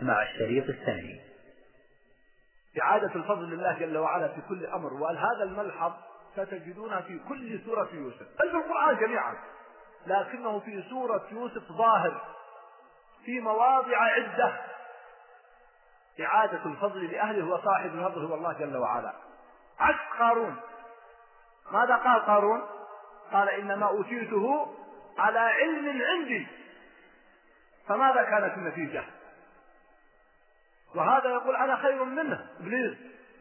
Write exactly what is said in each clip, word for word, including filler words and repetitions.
مع الشريط الثاني. إعادة الفضل لله جل وعلا في كل أمر، وهذا الملحظ ستجدونه في كل سورة يوسف، بل في القرآن جميعا، لكنه في سورة يوسف ظاهر في مواضع عدة. إعادة الفضل لأهله وصاحب الفضل هو الله جل وعلا. عكس قارون، ماذا قال قارون؟ قال إنما أوتيته على علم عندي. فماذا كانت النتيجة؟ وهذا يقول أنا خير منه إبليس.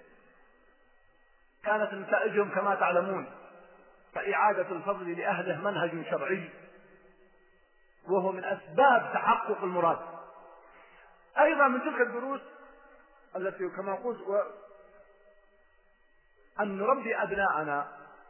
كانت نتائجهم كما تعلمون. فإعادة الفضل لأهله منهج شرعي، وهو من أسباب تحقق المراد. أيضا من تلك الدروس التي كما قلت و... أن نربي أبناءنا،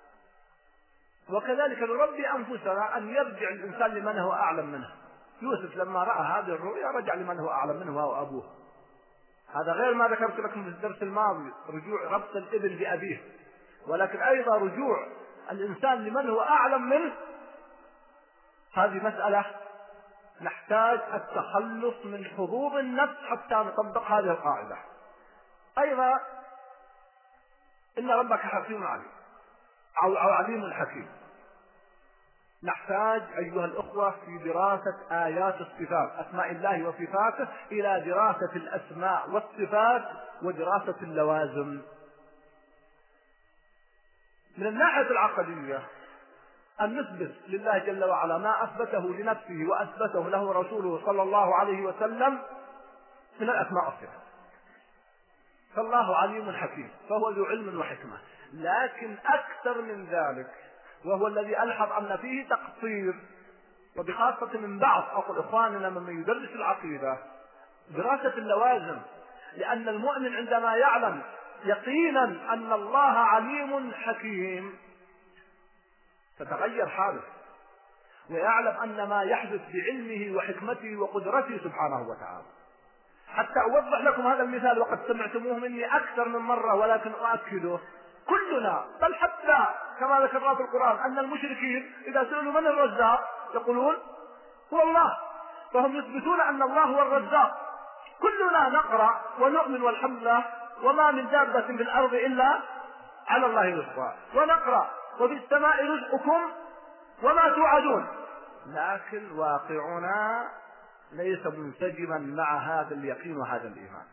وكذلك نربي أنفسنا أن يرجع الإنسان لمن هو أعلم منه. يوسف لما رأى هذه الرؤيا رجع لمن هو أعلم منه وهو أبوه. هذا غير ما ذكرت لكم في الدرس الماضي، رجوع ربط الابن بأبيه، ولكن أيضا رجوع الإنسان لمن هو أعلم منه. هذه مسألة نحتاج التخلص من حظوظ النفس حتى نطبق هذه القاعدة. أيضا إن ربك حكيم عليم أو عليم حكيم. نحتاج أيها الأخوة في دراسة آيات الصفات، أسماء الله وصفاته، إلى دراسة الأسماء والصفات ودراسة اللوازم. من الناحية العقدية أن نثبت لله جل وعلا ما أثبته لنفسه وأثبته له رسوله صلى الله عليه وسلم من الأسماء والصفات. فالله عليم حكيم، فهو ذو علم وحكمة. لكن أكثر من ذلك، وهو الذي ألحظ أن فيه تقصير، وبخاصة من بعض أقول إخواننا ممن يدرس العقيدة، دراسة اللوازم. لأن المؤمن عندما يعلم يقينا أن الله عليم حكيم تتغير حاله، ويعلم أن ما يحدث بعلمه وحكمته وقدرته سبحانه وتعالى. حتى أوضح لكم هذا المثال وقد سمعتموه مني أكثر من مرة، ولكن أؤكده. كلنا، بل حتى كما ذكرنا في القرآن أن المشركين إذا سئلوا من الرزاق يقولون هو الله، فهم يثبتون أن الله هو الرزاق. كلنا نقرأ ونؤمن والحمد لله وما من دابة في الأرض إلا على الله رزقها، ونقرأ وفي السماء رزقكم وما توعدون. لكن واقعنا ليس منسجما مع هذا اليقين وهذا الإيمان.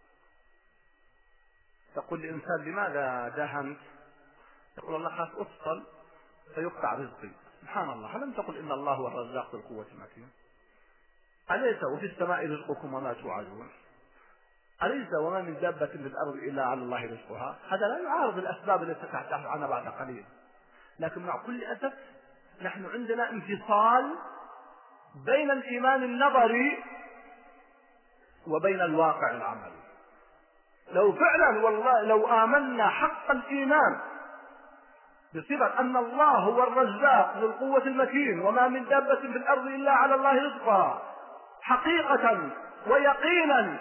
تقول الإنسان لماذا دهنت؟ يقول الله خاف أفصل فيقطع رزقي. سبحان الله، ألم تقل إن الله هو الرزاق ذو القوة المتين؟ أليس وفي السماء رزقكم وما توعدون؟ أليس وما من دابة في الأرض إلا على الله رزقها؟ هذا لا يعارض الأسباب التي ستحدث عنها بعد قليل. لكن مع كل أسف نحن عندنا انفصال بين الإيمان النظري وبين الواقع العملي. لو فعلا والله لو آمنا حق الإيمان بصفة أن الله هو الرزاق ذو القوة المتين وما من دابة في الأرض إلا على الله رزقها حقيقة ويقينا،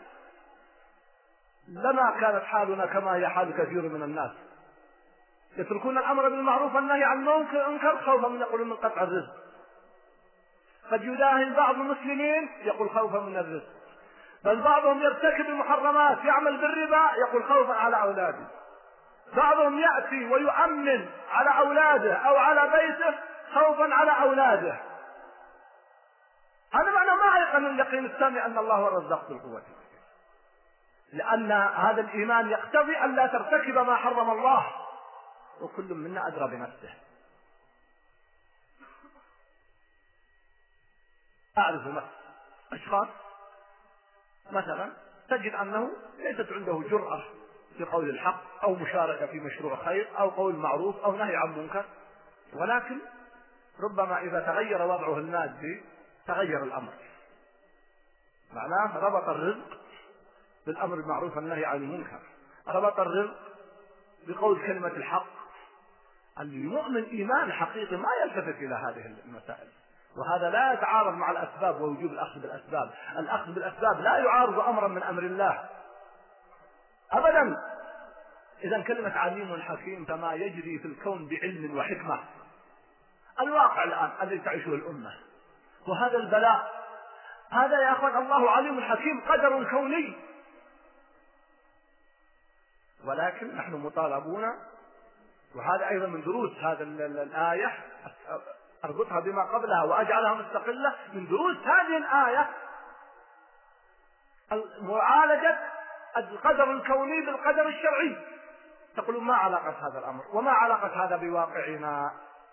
لما كانت حالنا كما هي حال كثير من الناس، يتركون الأمر بالمعروف والنهي عن المنكر خوفا من يقولون من قطع الرزق. قد يداهن بعض المسلمين يقول خوفا من الرزق، بل بعضهم يرتكب المحرمات يعمل بالربا يقول خوفا على أولاده. بعضهم يأتي ويؤمن على أولاده أو على بيته خوفا على أولاده. هذا معنى ما أيقن اليقين السامي أن الله هو الرزاق ذو القوة، لأن هذا الإيمان يقتضي أن لا ترتكب ما حرم الله، وكل منا أدرى بنفسه. أعرف أشخاص مثلا تجد أنه ليست عنده جرأة في قول الحق أو مشاركة في مشروع خير أو قول معروف أو نهي عن منكر، ولكن ربما إذا تغير وضعه المادي تغير الأمر. معناه ربط الرزق بالأمر بالمعروف والنهي عن المنكر، ربط الرزق بقول كلمة الحق. المؤمن إيمان حقيقي ما يلتفت إلى هذه المسائل، وهذا لا يتعارض مع الأسباب ووجوب الأخذ بالأسباب. الأخذ بالأسباب لا يعارض أمرا من أمر الله أبدا. إذا كلمة عليم حكيم فما يجري في الكون بعلم وحكمة. الواقع الآن الذي تعيشه الأمة وهذا البلاء هذا يا أخوان الله عليم حكيم، قدر كوني. ولكن نحن مطالبون، وهذا أيضا من دروس هذا الآية، أربطها بما قبلها وأجعلها مستقلة، من دروس هذه الآية معالجة القدر الكوني بالقدر الشرعي. تقولون ما علاقة هذا الأمر وما علاقة هذا بواقعنا؟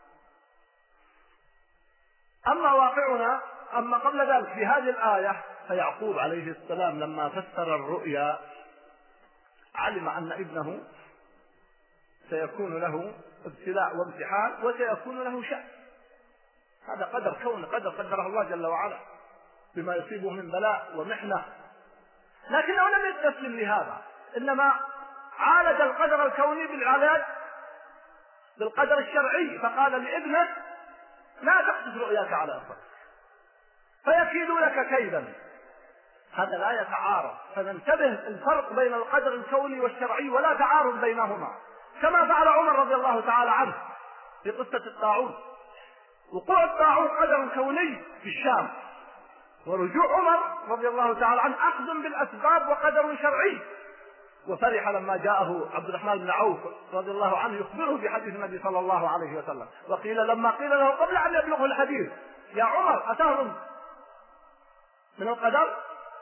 أما واقعنا، أما قبل ذلك في هذه الآية، فيعقوب عليه السلام لما فسر الرؤيا علم أن ابنه سيكون له ابتلاء وامتحان وسيكون له شأن. هذا قدر كون، قدر قدره الله جل وعلا بما يصيبه من بلاء ومحنة. لكنه لم يستسلم لهذا، إنما عالج القدر الكوني بالعلاج بالقدر الشرعي، فقال لابنه لا تقصد رؤياك على أخوتك فيكيدوا لك كيدا. هذا لا يتعارض، فننتبه الفرق بين القدر الكوني والشرعي ولا تعارض بينهما، كما فعل عمر رضي الله تعالى عنه في قصة الطاعون. وقوع الطاعون قدر كوني في الشام، ورجوع عمر رضي الله تعالى عنه أخذ بالأسباب وقدر شرعي. وفرح لما جاءه عبد الرحمن بن عوف رضي الله عنه يخبره بحديث النبي صلى الله عليه وسلم، وقيل لما قيل له قبل أن يبلغه الحديث يا عمر أتهرب من القدر؟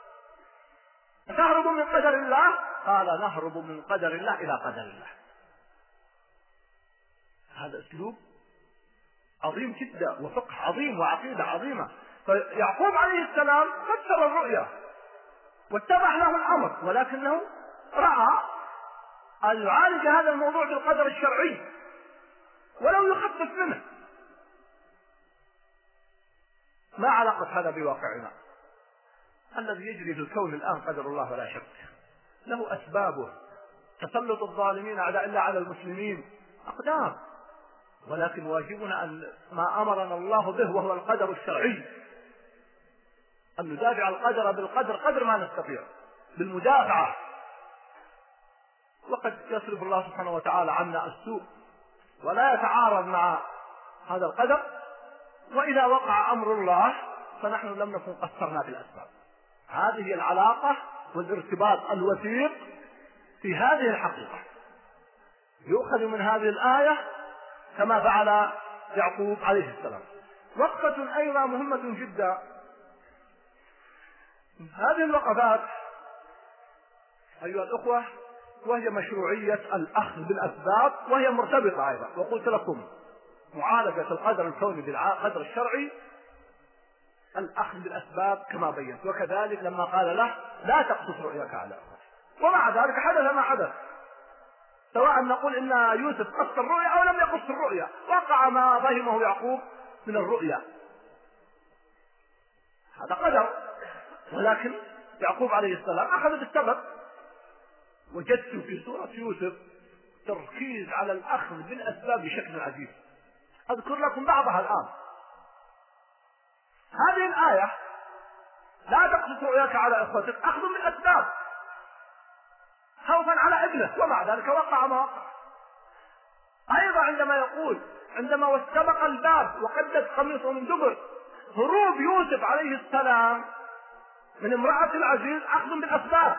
أتهرب من قدر الله؟ قال نهرب من قدر الله إلى قدر الله. هذا أسلوب عظيم جدا وفقه عظيم وعقيدة عظيمة. فيعقوب عليه السلام فسر الرؤيا واتبع له الأمر، ولكنه رأى أن يعالج هذا الموضوع بالقدر الشرعي ولو يخفف منه. ما علاقة هذا بواقعنا؟ الذي يجري في الكون الآن قدر الله ولا شك، له أسبابه. تسلط الظالمين أعداء الله على المسلمين أقدار، ولكن واجبنا أن ما أمرنا الله به وهو القدر الشرعي، أن ندافع القدر بالقدر قدر ما نستطيع بالمدافعة. وقد يصرف الله سبحانه وتعالى عنا السوء ولا يتعارض مع هذا القدر، وإذا وقع أمر الله فنحن لم نكن قصرنا في الأسباب. هذه العلاقة والارتباط الوثيق في هذه الحقيقة يؤخذ من هذه الآية كما فعل يعقوب عليه السلام. وقفة أيضا مهمة جدا، هذه الوقفات أيها الأخوة وهي مشروعية الأخذ بالأسباب، وهي مرتبطة أيضا. وقلت لكم معالجة القدر الكوني بالقدر الشرعي الأخذ بالأسباب كما بينت. وكذلك لما قال له لا تقصص رؤياك على أخوتك، ومع ذلك حدث ما حدث، سواء نقول إن يوسف قص الرؤيا أو لم يقص الرؤيا، وقع ما فهمه يعقوب من الرؤيا، هذا قدر. ولكن يعقوب عليه السلام أخذ بالسبب. وجدت في سورة يوسف تركيز على الأخذ بالأسباب بشكل عجيب، أذكر لكم بعضها الآن. هذه الآية لا تقصص رؤياك على إخوتك أخذ بالأسباب خوفا على ابنه، ومع ذلك وقع ما وقع. أيضا عندما يقول عندما واستبق الباب وقدت قميصه من دبر، هروب يوسف عليه السلام من امرأة العزيز أخذ بالأسباب.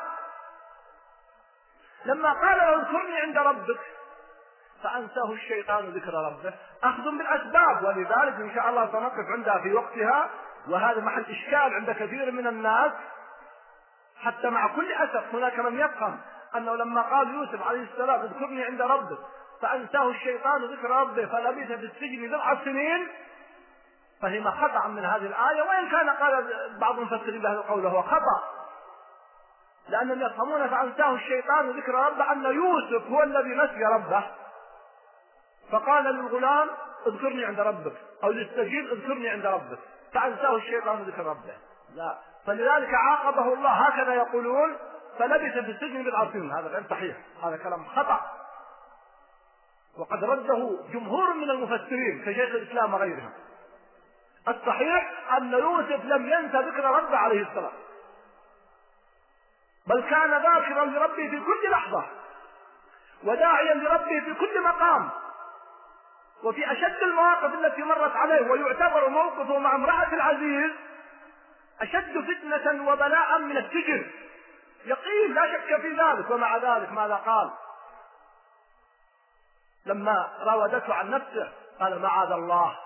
لما قال له اذكرني عند ربك فأنساه الشيطان ذكر ربه أخذ بالأسباب. ولذلك إن شاء الله سنقف عندها في وقتها، وهذا محل إشكال عند كثير من الناس. حتى مع كل أسف هناك من يفهم أنه لما قال يوسف عليه السلام اذكرني عند ربك فأنساه الشيطان ذكر ربه فلبث في السجن بضع سنين، فهم خطأ من هذه الآية. وإن كان قال بعض المفسرين بهذا القول هو خطأ، لأنهم يفهمون فأنساه الشيطان ذكر ربه أن يوسف هو الذي نسي ربه، فقال للغلام اذكرني عند ربك أو للسجين اذكرني عند ربك فأنساه الشيطان ذكر ربه. لا، فلذلك عاقبه الله هكذا يقولون فلبث في السجن بضع سنين. هذا غير صحيح، هذا كلام خطأ، وقد رده جمهور من المفسرين كشيخ الإسلام وغيرهم. الصحيح أن يوسف لم ينسى ذكر ربه عليه السلام، بل كان ذاكرا لربه في كل لحظة وداعيا لربه في كل مقام. وفي أشد المواقف التي مرت عليه ويعتبر موقفه مع امرأة العزيز أشد فتنة وبلاء من السجن، يقين لا شك في ذلك. ومع ذلك ماذا قال لما راودته عن نفسه؟ قال معاذ الله،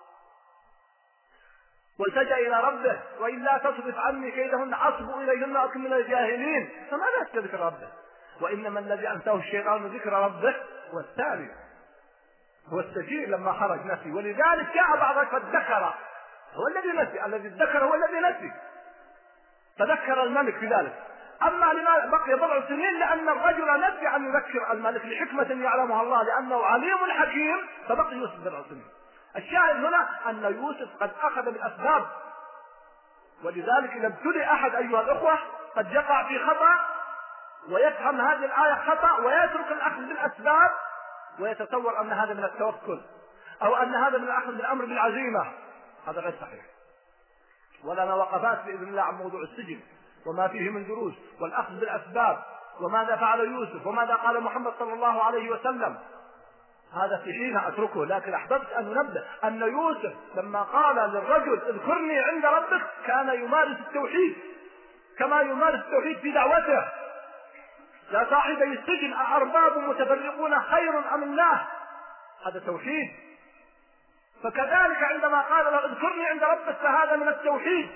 والتجأ إلى ربه، وإلا تصرف عني كيدهن أصب إليهن أكن من الجاهلين. فماذا يذكر ربه؟ وإنما الذي أنساه الشيطان ذكر ربه والثاني هو السجين لما خرج نسي. ولذلك جاء بعض فادكر، هو الذي نسي، الذي ادكر هو الذي نسي، تذكر الملك في ذلك. أما لما بقي بضع سنين؟ لأن الرجل نسي أن يذكر الملك لحكمة يعلمها الله، لأنه عليم حكيم، فبقي يوسف بضع سنين. الشاهد هنا أن يوسف قد أخذ بالأسباب، ولذلك إذا ابتلي أحد أيها الأخوة قد يقع في خطأ ويفهم هذه الآية خطأ ويترك الأخذ بالأسباب ويتصور أن هذا من التوكل أو أن هذا من الأخذ بالأمر بالعزيمة. هذا غير صحيح. ولنا وقفات بإذن الله عن موضوع السجن وما فيه من دروس والأخذ بالأسباب، وماذا فعل يوسف وماذا قال محمد صلى الله عليه وسلم. هذا في حين أتركه، لكن أحببت أن ننبه أن يوسف لما قال للرجل اذكرني عند ربك كان يمارس التوحيد كما يمارس التوحيد في دعوته. يا صاحبي السجن أأرباب متفرقون خير أم الله؟ هذا توحيد. فكذلك عندما قال له اذكرني عند ربك فهذا من التوحيد.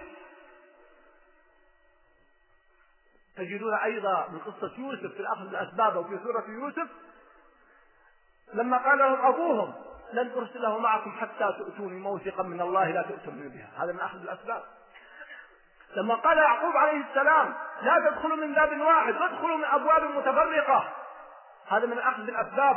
تجدون أيضا من قصة يوسف في الأخذ بالأسباب وفي سورة يوسف لما قال لهم أبوهم لن أرسله معكم حتى تؤتوني موثقا من الله لا تؤتوني بها، هذا من أخذ الأسباب. لما قال يعقوب عليه السلام لا تدخلوا من باب واحد وادخلوا من أبواب متفرقة، هذا من الأخذ بالأسباب.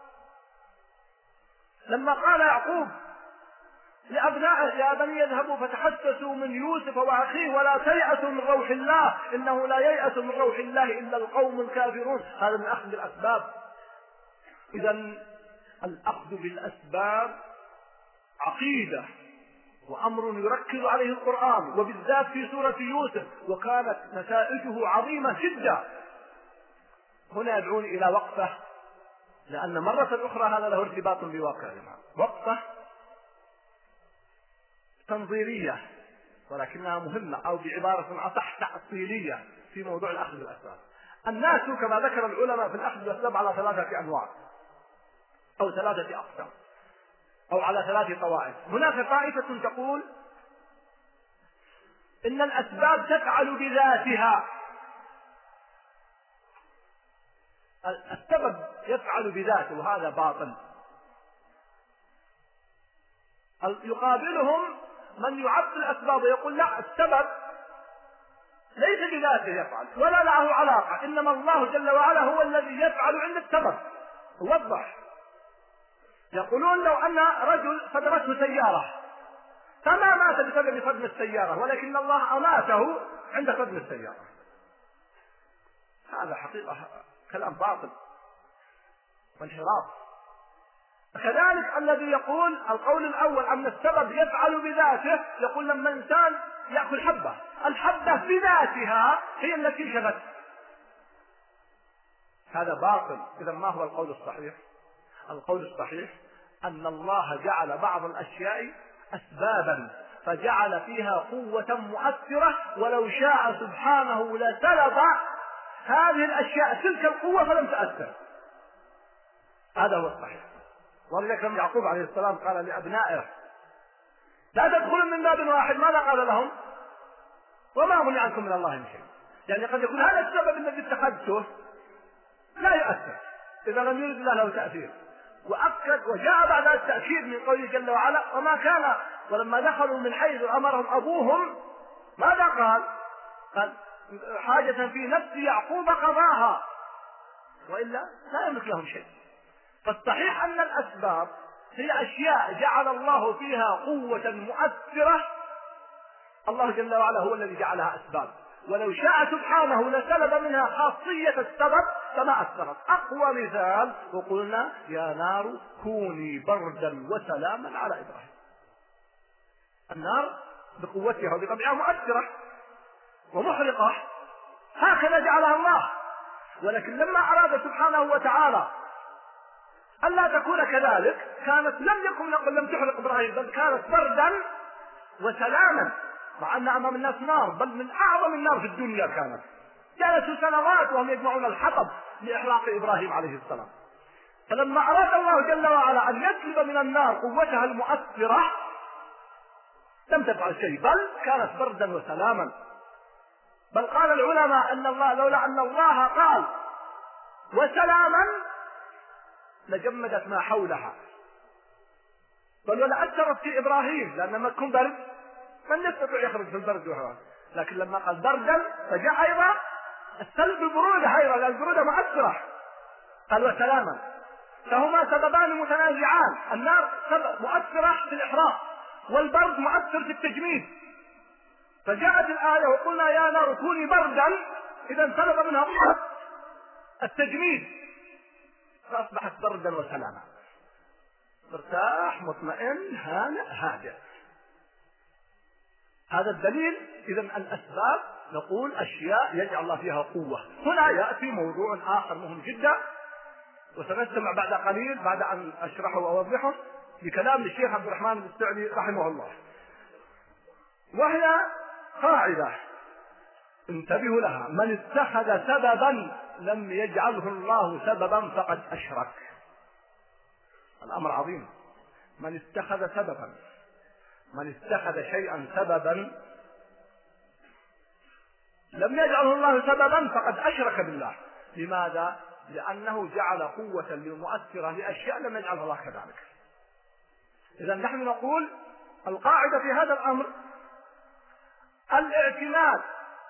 لما قال يعقوب لأبنائه يا بني يذهبوا فتحسسوا من يوسف وأخيه ولا تيأسوا من روح الله إنه لا ييأس من روح الله إلا القوم الكافرون، هذا من الأخذ بالأسباب. إذا الأخذ بالأسباب عقيدة وأمر يركز عليه القرآن وبالذات في سورة يوسف، وكانت نتائجه عظيمة جدا. هنا يدعوني إلى وقفة، لأن مرة أخرى هذا له ارتباط بواقعنا. وقفة تنظيرية ولكنها مهمة، أو بعبارة أصح تأصيلية في موضوع الأخذ بالأسباب. الناس كما ذكر العلماء في الأخذ بالأسباب على ثلاثة أنواع أو ثلاثة أقسام أو على ثلاث طوائف. هناك طائفة تقول إن الأسباب تفعل بذاتها، السبب يفعل بذاته وهذا باطل. يقابلهم من يعطل الأسباب ويقول لا، السبب ليس بذاته يفعل ولا له علاقة، إنما الله جل وعلا هو الذي يفعل عند السبب. وضح. يقولون لو أن رجل صدمته سيارة فما مات بسبب صدم السيارة، ولكن الله أماته عند صدم السيارة، هذا حقيقة كلام باطل وانحراف. كذلك الذي يقول القول الأول أن السبب يفعل بذاته، يقول لما إنسان يأكل حبة، الحبة بذاتها هي التي شغت، هذا باطل. إذا ما هو القول الصحيح؟ القول الصحيح أن الله جعل بعض الأشياء أسبابا فجعل فيها قوة مؤثرة، ولو شاء سبحانه لسلب هذه الأشياء تلك القوة فلم تأثر. هذا هو الصحيح. ولذلك لما يعقوب عليه السلام قال لأبنائه لا تدخلوا من باب واحد، ماذا قال لهم؟ وما أغني عنكم من الله من شيء. يعني قد يكون هذا السبب الذي اتخذته لا يؤثر إذا لم يرد الله له تأثير. وأكد وجاء بعد التأكيد من قوله جل وعلا وما كان، ولما دخلوا من حيث أمرهم أبوهم ماذا قال؟ قال حاجة في نفس يعقوب قضاها وإلا لا يملك لهم شيء. فالصحيح أن الأسباب هي أشياء جعل الله فيها قوة مؤثرة، الله جل وعلا هو الذي جعلها أسباب، ولو شاء سبحانه لسلب منها خاصية السبب فما أثرت. أقوى مثال وقلنا يا نار كوني بردا وسلاما على إبراهيم. النار بقوتها وبطبعها مؤثرة ومحرقة، هكذا جعلها الله. ولكن لما أراد سبحانه وتعالى ألا تكون كذلك كانت لم يكن لم تحرق إبراهيم، بل كانت بردا وسلاما مع أن أمام الناس نار، بل من أعظم النار في الدنيا كانت. جلسوا سنوات وهم يجمعون الحطب لإحراق إبراهيم عليه السلام. فلما أراد الله جل وعلا أن يسلب من النار قوتها المؤثرة لم تفعل شيء، بل كانت بردا وسلاما. بل قال العلماء أن الله لولا أن الله قال وسلاما لجمدت ما حولها، بل ولا أثرت في إبراهيم، لأن لما تكون برد من يستطيع يخرج في البرد وهو. لكن لما قال بردا فجاء أيضا السلب البرودة أيضا، لأن البرودة مؤثرة. قال وسلاما، فهما سببان متنازعان، النار سبب مؤثرة في الإحراق والبرد مؤثر في التجميد. فجاءت الآية وقلنا يا نار كوني بردا، إذا سبب منها التجميد، فأصبحت بردا وسلاما، مرتاح مطمئن هانئ هادئ. هذا الدليل. إذا الأسباب نقول أشياء يجعل الله فيها قوة. هنا يأتي موضوع آخر مهم جدا، وسنستمع بعد قليل بعد أن أشرحه وأوضحه بكلام الشيخ عبد الرحمن السعدي رحمه الله، وهي قاعدة انتبهوا لها: من اتخذ سببا لم يجعله الله سببا فقد أشرك. الأمر عظيم. من اتخذ سببا، من اتخذ شيئا سببا لم يجعله الله سببا فقد أشرك بالله. لماذا؟ لأنه جعل قوة للمؤثرة لأشياء لم يجعلها الله كذلك. إذا نحن نقول القاعدة في هذا الأمر الاعتماد.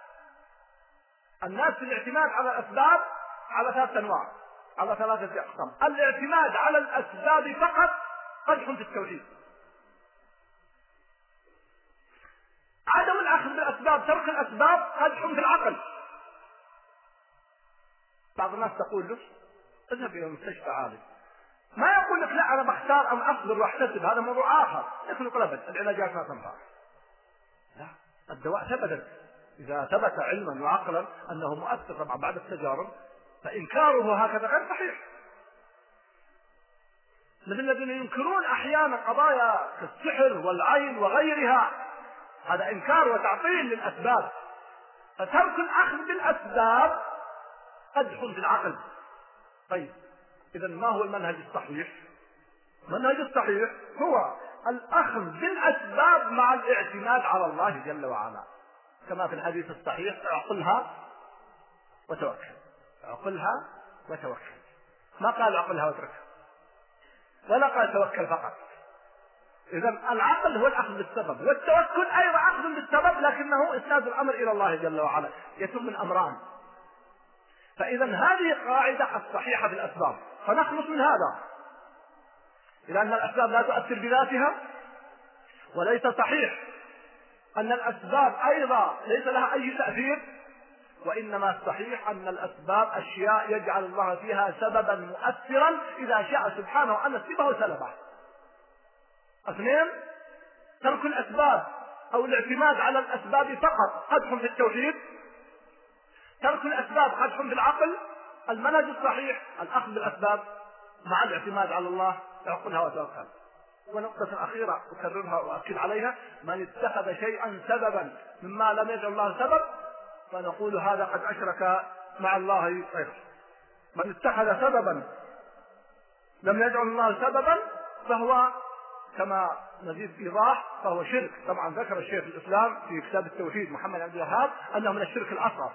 الناس في الاعتماد على الأسباب على ثلاث أنواع، على ثلاثة أقسام. الاعتماد على الأسباب فقط قدح في التوحيد. عدم الأخذ بالأسباب، ترك الأسباب، قدح في العقل. بعض الناس تقول له اذهب إلى المستشفى عالي، ما يقول لك لا أنا بختار أن أصبر وأحتسب، هذا موضوع آخر. يكون قلبت العلاجات ما تنفع. لا، الدواء ثبت، إذا ثبت علما وعقلا أنه مؤثر طبعا بعد التجارب، فإنكاره هكذا غير صحيح. مثل الذين ينكرون أحيانا قضايا كالسحر والعين وغيرها، هذا إنكار وتعطيل للأسباب. فترك الأخذ بالأسباب قدح في العقل. طيب إذا ما هو المنهج الصحيح؟ المنهج الصحيح هو الأخذ بالأسباب مع الاعتماد على الله جل وعلا، كما في الحديث الصحيح: اعقلها وتوكل، اعقلها وتوكل. ما قال اعقلها واتركها، ولا قال توكل فقط. إذا العقل هو الأخذ بالسبب، والتوكل أيضا أخذ بالسبب، لكنه إسناد الأمر إلى الله جل وعلا، يتم من أمران. فإذا هذه القاعدة الصحيحة في الأسباب، فنخلص من هذا إلى أن الأسباب لا تؤثر بذاتها، وليس صحيح أن الأسباب أيضا ليس لها أي تأثير، وإنما الصحيح أن الأسباب أشياء يجعل الله فيها سببا مؤثرا إذا شاء سبحانه أن يسلبه سلبه. اثنين: ترك الأسباب أو الاعتماد على الأسباب فقط قدح في التوحيد. ترك الأسباب قدح في العقل. المنهج الصحيح الأخذ بالأسباب مع الاعتماد على الله، اعقلها وتوكل. ونقطة أخيرة أكررها وأكد عليها: من اتخذ شيئا سببا مما لم يجعل الله سبب فنقول هذا قد أشرك مع الله غيره. من اتخذ سببا لم يجعل الله سببا فهو كما نزيد إيضاح فهو شرك. طبعا ذكر الشيخ الإسلام في كتاب التوحيد محمد عبد الوهاب أنه من الشرك الأصغر،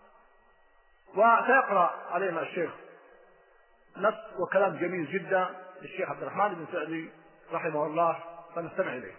وسيقرأ علينا الشيخ نص وكلام جميل جدا للشيخ عبد الرحمن بن سعدي رحمه الله، فنستمع إليه.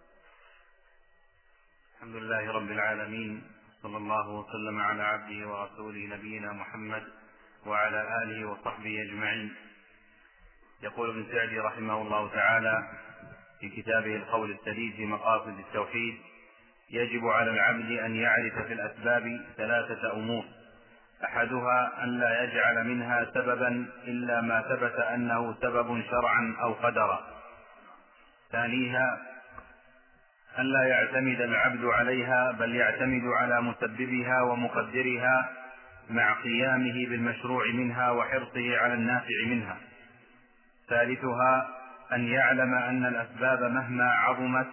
الحمد لله رب العالمين، صلى الله وسلم على عبده ورسوله نبينا محمد وعلى آله وصحبه أجمعين. يقول ابن سعدي رحمه الله تعالى في كتابه القول السديد في مقاصد التوحيد: يجب على العبد أن يعرف في الأسباب ثلاثة أمور: أحدها أن لا يجعل منها سببا إلا ما ثبت أنه سبب شرعا أو قدرا. ثانيها أن لا يعتمد العبد عليها، بل يعتمد على مسببها ومقدرها مع قيامه بالمشروع منها وحرصه على النافع منها. ثالثها أن يعلم أن الأسباب مهما عظمت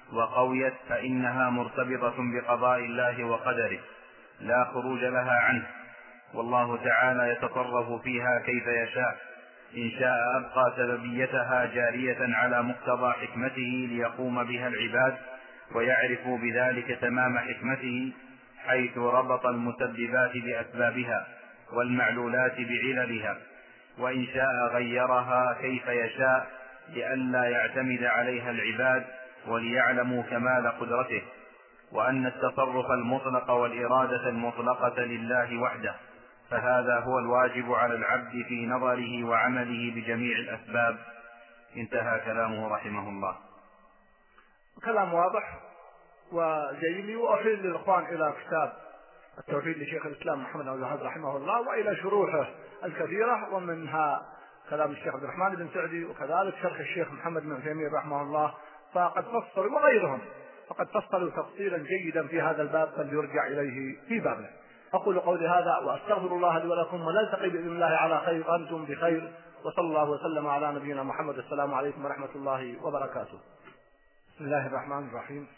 وقويت فإنها مرتبطة بقضاء الله وقدره لا خروج لها عنه، والله تعالى يتصرف فيها كيف يشاء، إن شاء أبقى سببيتها جارية على مقتضى حكمته ليقوم بها العباد ويعرفوا بذلك تمام حكمته، حيث ربط المسببات بأسبابها والمعلولات بعللها، وإن شاء غيرها كيف يشاء لئلا يعتمد عليها العباد وليعلموا كمال قدرته، وأن التصرف المطلق والإرادة المطلقة لله وحده، فهذا هو الواجب على العبد في نظره وعمله بجميع الأسباب. انتهى كلامه رحمه الله. كلام واضح وجيد، وأحيل للإخوان إلى كتاب التوحيد لشيخ الإسلام محمد بن عبد الوهاب رحمه الله وإلى شروحه الكثيرة، ومنها كلام الشيخ عبد الرحمن بن سعدي، وكذلك شرح الشيخ محمد بن عثيمين رحمه الله، فقد فصلوا وغيرهم فقد فصلوا تفصيلا جيدا في هذا الباب، فليرجع إليه في بابه. أقول قولي هذا وأستغفر الله لي ولكم، ونلتقي بإذن الله على خير وأنتم بخير، وصلى الله وسلم على نبينا محمد. السلام عليكم ورحمة الله وبركاته. بسم الله الرحمن الرحيم.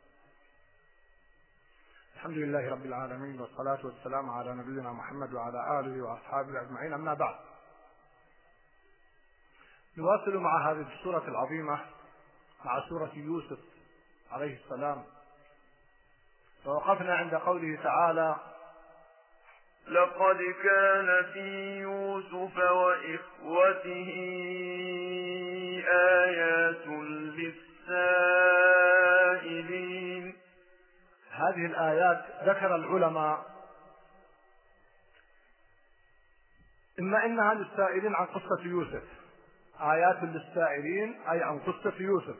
الحمد لله رب العالمين، والصلاة والسلام على نبينا محمد وعلى آله وأصحابه أجمعين، أما بعد. نواصل مع هذه السورة العظيمة، مع سورة يوسف عليه السلام، ووقفنا عند قوله تعالى: لقد كان في يوسف وإخوته آيات للسائلين. هذه الآيات ذكر العلماء إما إنها للسائلين عن قصة يوسف، آيات للسائلين أي عن قصة يوسف،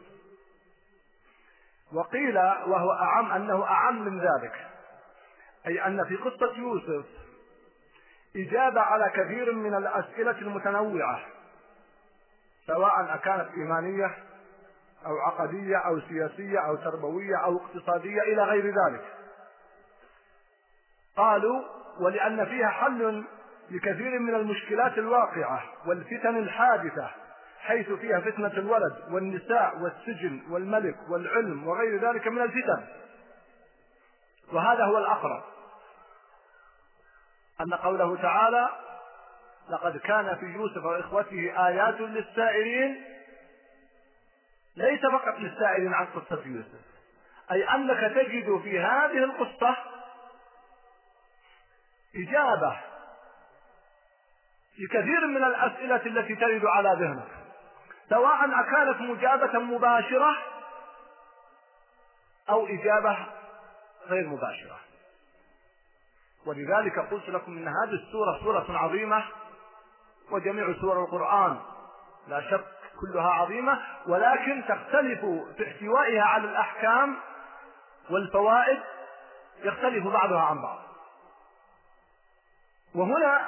وقيل وهو أعم أنه أعم من ذلك، أي أن في قصة يوسف إجابة على كثير من الأسئلة المتنوعة، سواء أكانت إيمانية أو عقدية أو سياسية أو تربوية أو اقتصادية إلى غير ذلك. قالوا ولأن فيها حل لكثير من المشكلات الواقعة والفتن الحادثة، حيث فيها فتنة الولد والنساء والسجن والملك والعلم وغير ذلك من الفتن. وهذا هو الأقرب، أن قوله تعالى: لقد كان في يوسف وإخوته آيات للسائلين، ليس فقط للسائلين عن قصة يوسف، أي أنك تجد في هذه القصة إجابة لكثير من الأسئلة التي ترد على ذهنك، سواء أكانت مجابة مباشرة أو إجابة غير مباشرة. ولذلك قلت لكم إن هذه السورة سورة عظيمة، وجميع سور القرآن لا شك كلها عظيمة، ولكن تختلف في احتوائها على الأحكام والفوائد، يختلف بعضها عن بعض. وهنا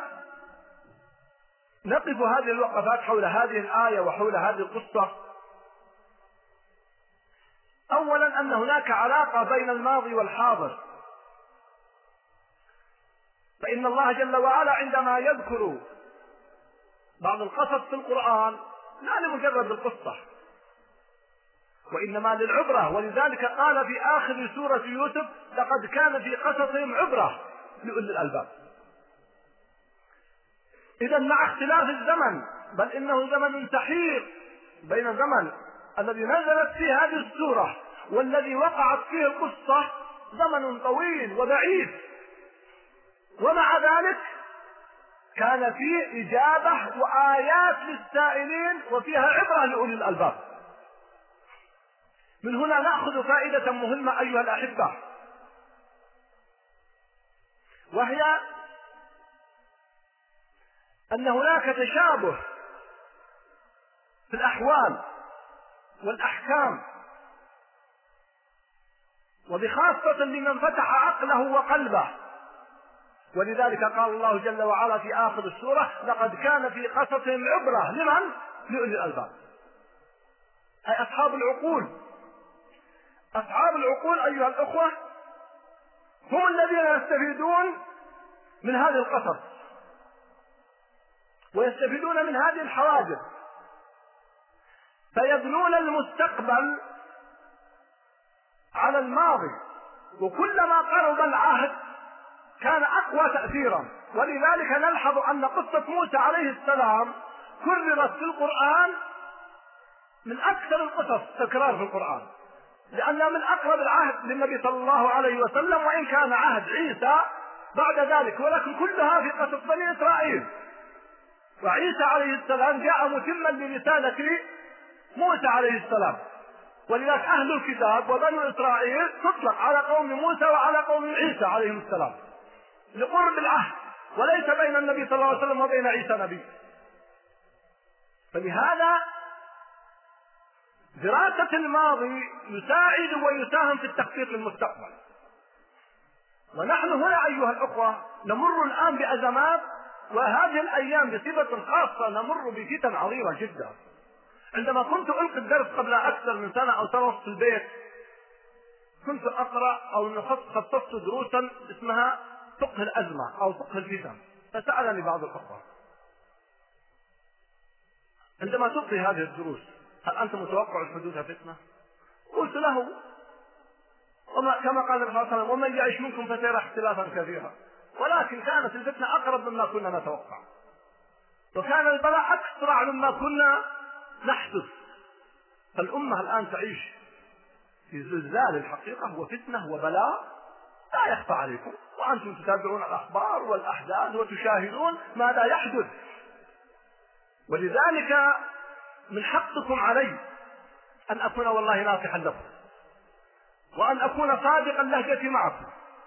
نقف هذه الوقفات حول هذه الآية وحول هذه القصة. أولا أن هناك علاقة بين الماضي والحاضر، فإن الله جل وعلا عندما يذكر بعض القصص في القرآن لا لمجرد القصة، وإنما للعبرة، ولذلك قال في آخر سورة يوسف: لقد كان في قصصهم عبرة لأولي الألباب. إذا مع اختلاف الزمن، بل إنه زمن سحيق بين الزمن الذي نزلت فيه هذه السورة والذي وقعت فيه القصة، زمن طويل وبعيد، ومع ذلك كان فيه إجابة وآيات للسائلين وفيها عبرة لأولي الألباب. من هنا نأخذ فائدة مهمة أيها الأحبة، وهي أن هناك تشابه في الأحوال والأحكام، وبخاصة لمن فتح عقله وقلبه. ولذلك قال الله جل وعلا في آخر السورة: لقد كان في قصصهم عبرة لمن؟ لأولي الألباب، أي أصحاب العقول. أصحاب العقول أيها الأخوة هم الذين يستفيدون من هذه القصص ويستفيدون من هذه الحوادث، فيبنون المستقبل على الماضي، وكلما قرب العهد كان أقوى تأثيرا. ولذلك نلحظ أن قصة موسى عليه السلام كررت في القرآن من أكثر القصص تكرار في القرآن، لأنها من أقرب العهد للنبي صلى الله عليه وسلم، وإن كان عهد عيسى بعد ذلك، ولكن كلها في قصص بني إسرائيل. وعيسى عليه السلام جاء متما لرسالة موسى عليه السلام، ولذلك أهل الكتاب وبنو إسرائيل تطلق على قوم موسى وعلى قوم عيسى عليهم السلام لقرب العهد، وليس بين النبي صلى الله عليه وسلم وبين عيسى نبي. فلهذا دراسة الماضي يساعد ويساهم في التخطيط للمستقبل. ونحن هنا أيها الأخوة نمر الآن بأزمات، وهذه الأيام بصفة خاصة نمر بفتن عظيمة جدا. عندما كنت ألقي الدرس قبل أكثر من سنة أو سنة في البيت، كنت أقرأ أو خصصت دروسا اسمها فقه الأزمة أو فقه الفتن. فسألني بعض الأخوة: عندما تلقي هذه الدروس هل أنت متوقع الحدوث فتنة؟ قلت له: وما كما قال الرسول صلى الله عليه وسلم: ومن يعش منكم فسيرى اختلافا كثيرا. ولكن كانت الفتنة أقرب مما كنا نتوقع، وكان البلاء أسرع مما كنا نحدث. فالأمة الآن تعيش في زلزال الحقيقة وفتنة وبلاء لا يخفى عليكم، وأنتم تتابعون الأخبار والأحداث وتشاهدون ماذا يحدث. ولذلك من حقكم علي أن أكون والله ناصحا لكم، وأن أكون صادقا لهجتي معكم،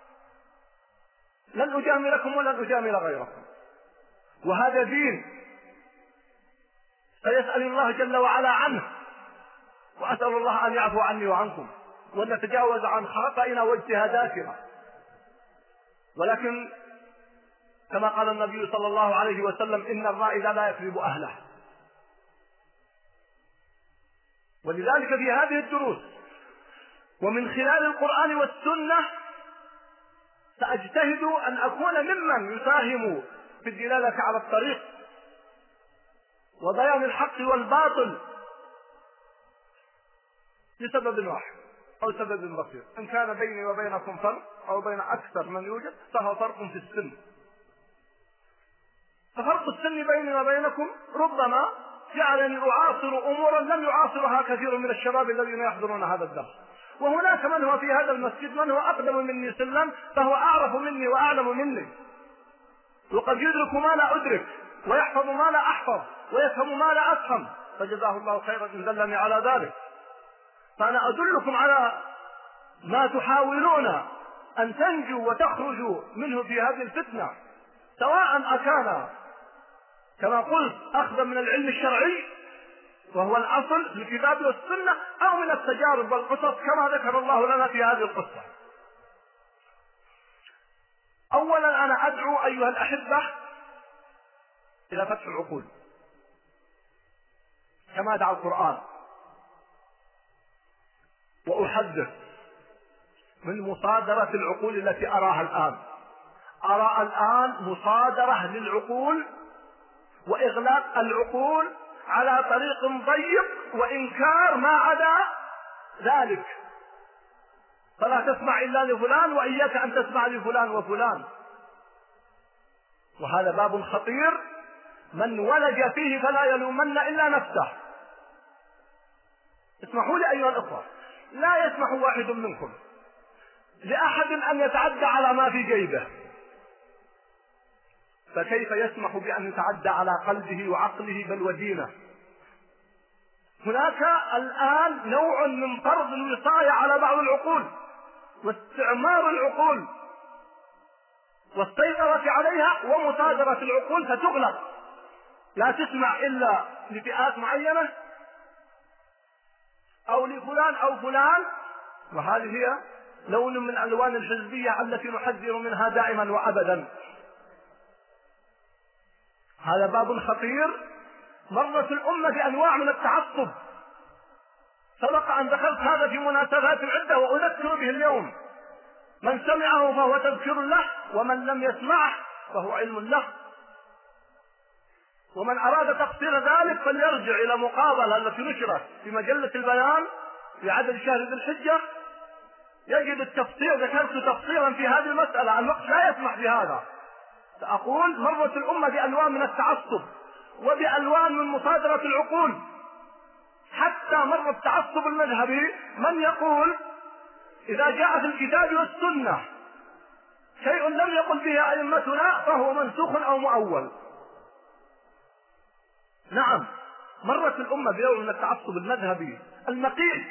لن أجاملكم ولن أجامل غيركم. وهذا دين فيسأل الله جل وعلا عنه، وأسأل الله أن يعفو عني وعنكم وأن نتجاوز عن خطأنا واجتهاداتنا. ولكن كما قال النبي صلى الله عليه وسلم: إن الرائد لا يكذب أهله. ولذلك في هذه الدروس ومن خلال القرآن والسنة سأجتهد أن أكون ممن يساهم في الدلالة على الطريق وبيان الحق والباطل لسبب واحد أو سبب بسيط. إن كان بيني وبينكم فرق أو بين أكثر من يوجد فهو فرق في السن. ففرق السن بيني وبينكم ربما جعلني أعاصر أمورا لم يعاصرها كثير من الشباب الذين يحضرون هذا الدرس. وهناك من هو في هذا المسجد من هو أقدم مني سنا فهو أعرف مني وأعلم مني، وقد يدرك ما لا أدرك ويحفظ ما لا أحفظ ويفهم ما لا أفهم، فجزاه الله خيرا إن دلني على ذلك. فأنا أدلكم على ما تحاولون أن تنجوا وتخرجوا منه في هذه الفتنة، سواء أكان كما قلت أخذا من العلم الشرعي وهو الأصل في الكتاب والسنة، أو من التجارب والقصص كما ذكر الله لنا في هذه القصة. أولا أنا أدعو أيها الأحبة إلى فتح العقول كما دعا القرآن، وأحذر من مصادرة العقول التي أراها الآن. أرى الآن مصادرة للعقول وإغلاق العقول على طريق ضيق وإنكار ما عدا ذلك، فلا تسمع إلا لفلان وإياك أن تسمع لفلان وفلان. وهذا باب خطير، من ولج فيه فلا يلومن إلا نفسه. اسمحوا لي أيها الأخوة، لا يسمح واحد منكم لأحد أن يتعدى على ما في جيبه، فكيف يسمح بأن يتعدى على قلبه وعقله بل ودينه؟ هناك الآن نوع من فرض الوصاية على بعض العقول واستعمار العقول والسيطرة عليها ومصادرة العقول، فتغلق لا تسمع إلا لفئات معينة أو لفلان أو فلان. وهذه هي لون من ألوان الحزبية التي نحذر منها دائما وأبدا. هذا باب خطير. مرت الأمة بأنواع من التعصب، سبق أن ذكرت هذا في مناسبات عدة وأذكر به اليوم. من سمعه فهو تذكر له، ومن لم يسمعه فهو علم له. ومن أراد تقصير ذلك فليرجع إلى مقابلة التي نشرت في مجلة البيان في عدد شهر ذي الحجة يجد التفصيل، ذكرت تفصيلا في هذه المسألة، الوقت لا يسمح بهذا. سأقول مرت الأمة بألوان من التعصب وبألوان من مصادرة العقول، حتى مر التعصب المذهبي من يقول إذا جاء في الكتاب والسنة شيء لم يقل به أئمتنا فهو منسوخ أو مؤول. نعم، مرت الأمة بنوع من التعصب المذهبي المقيت،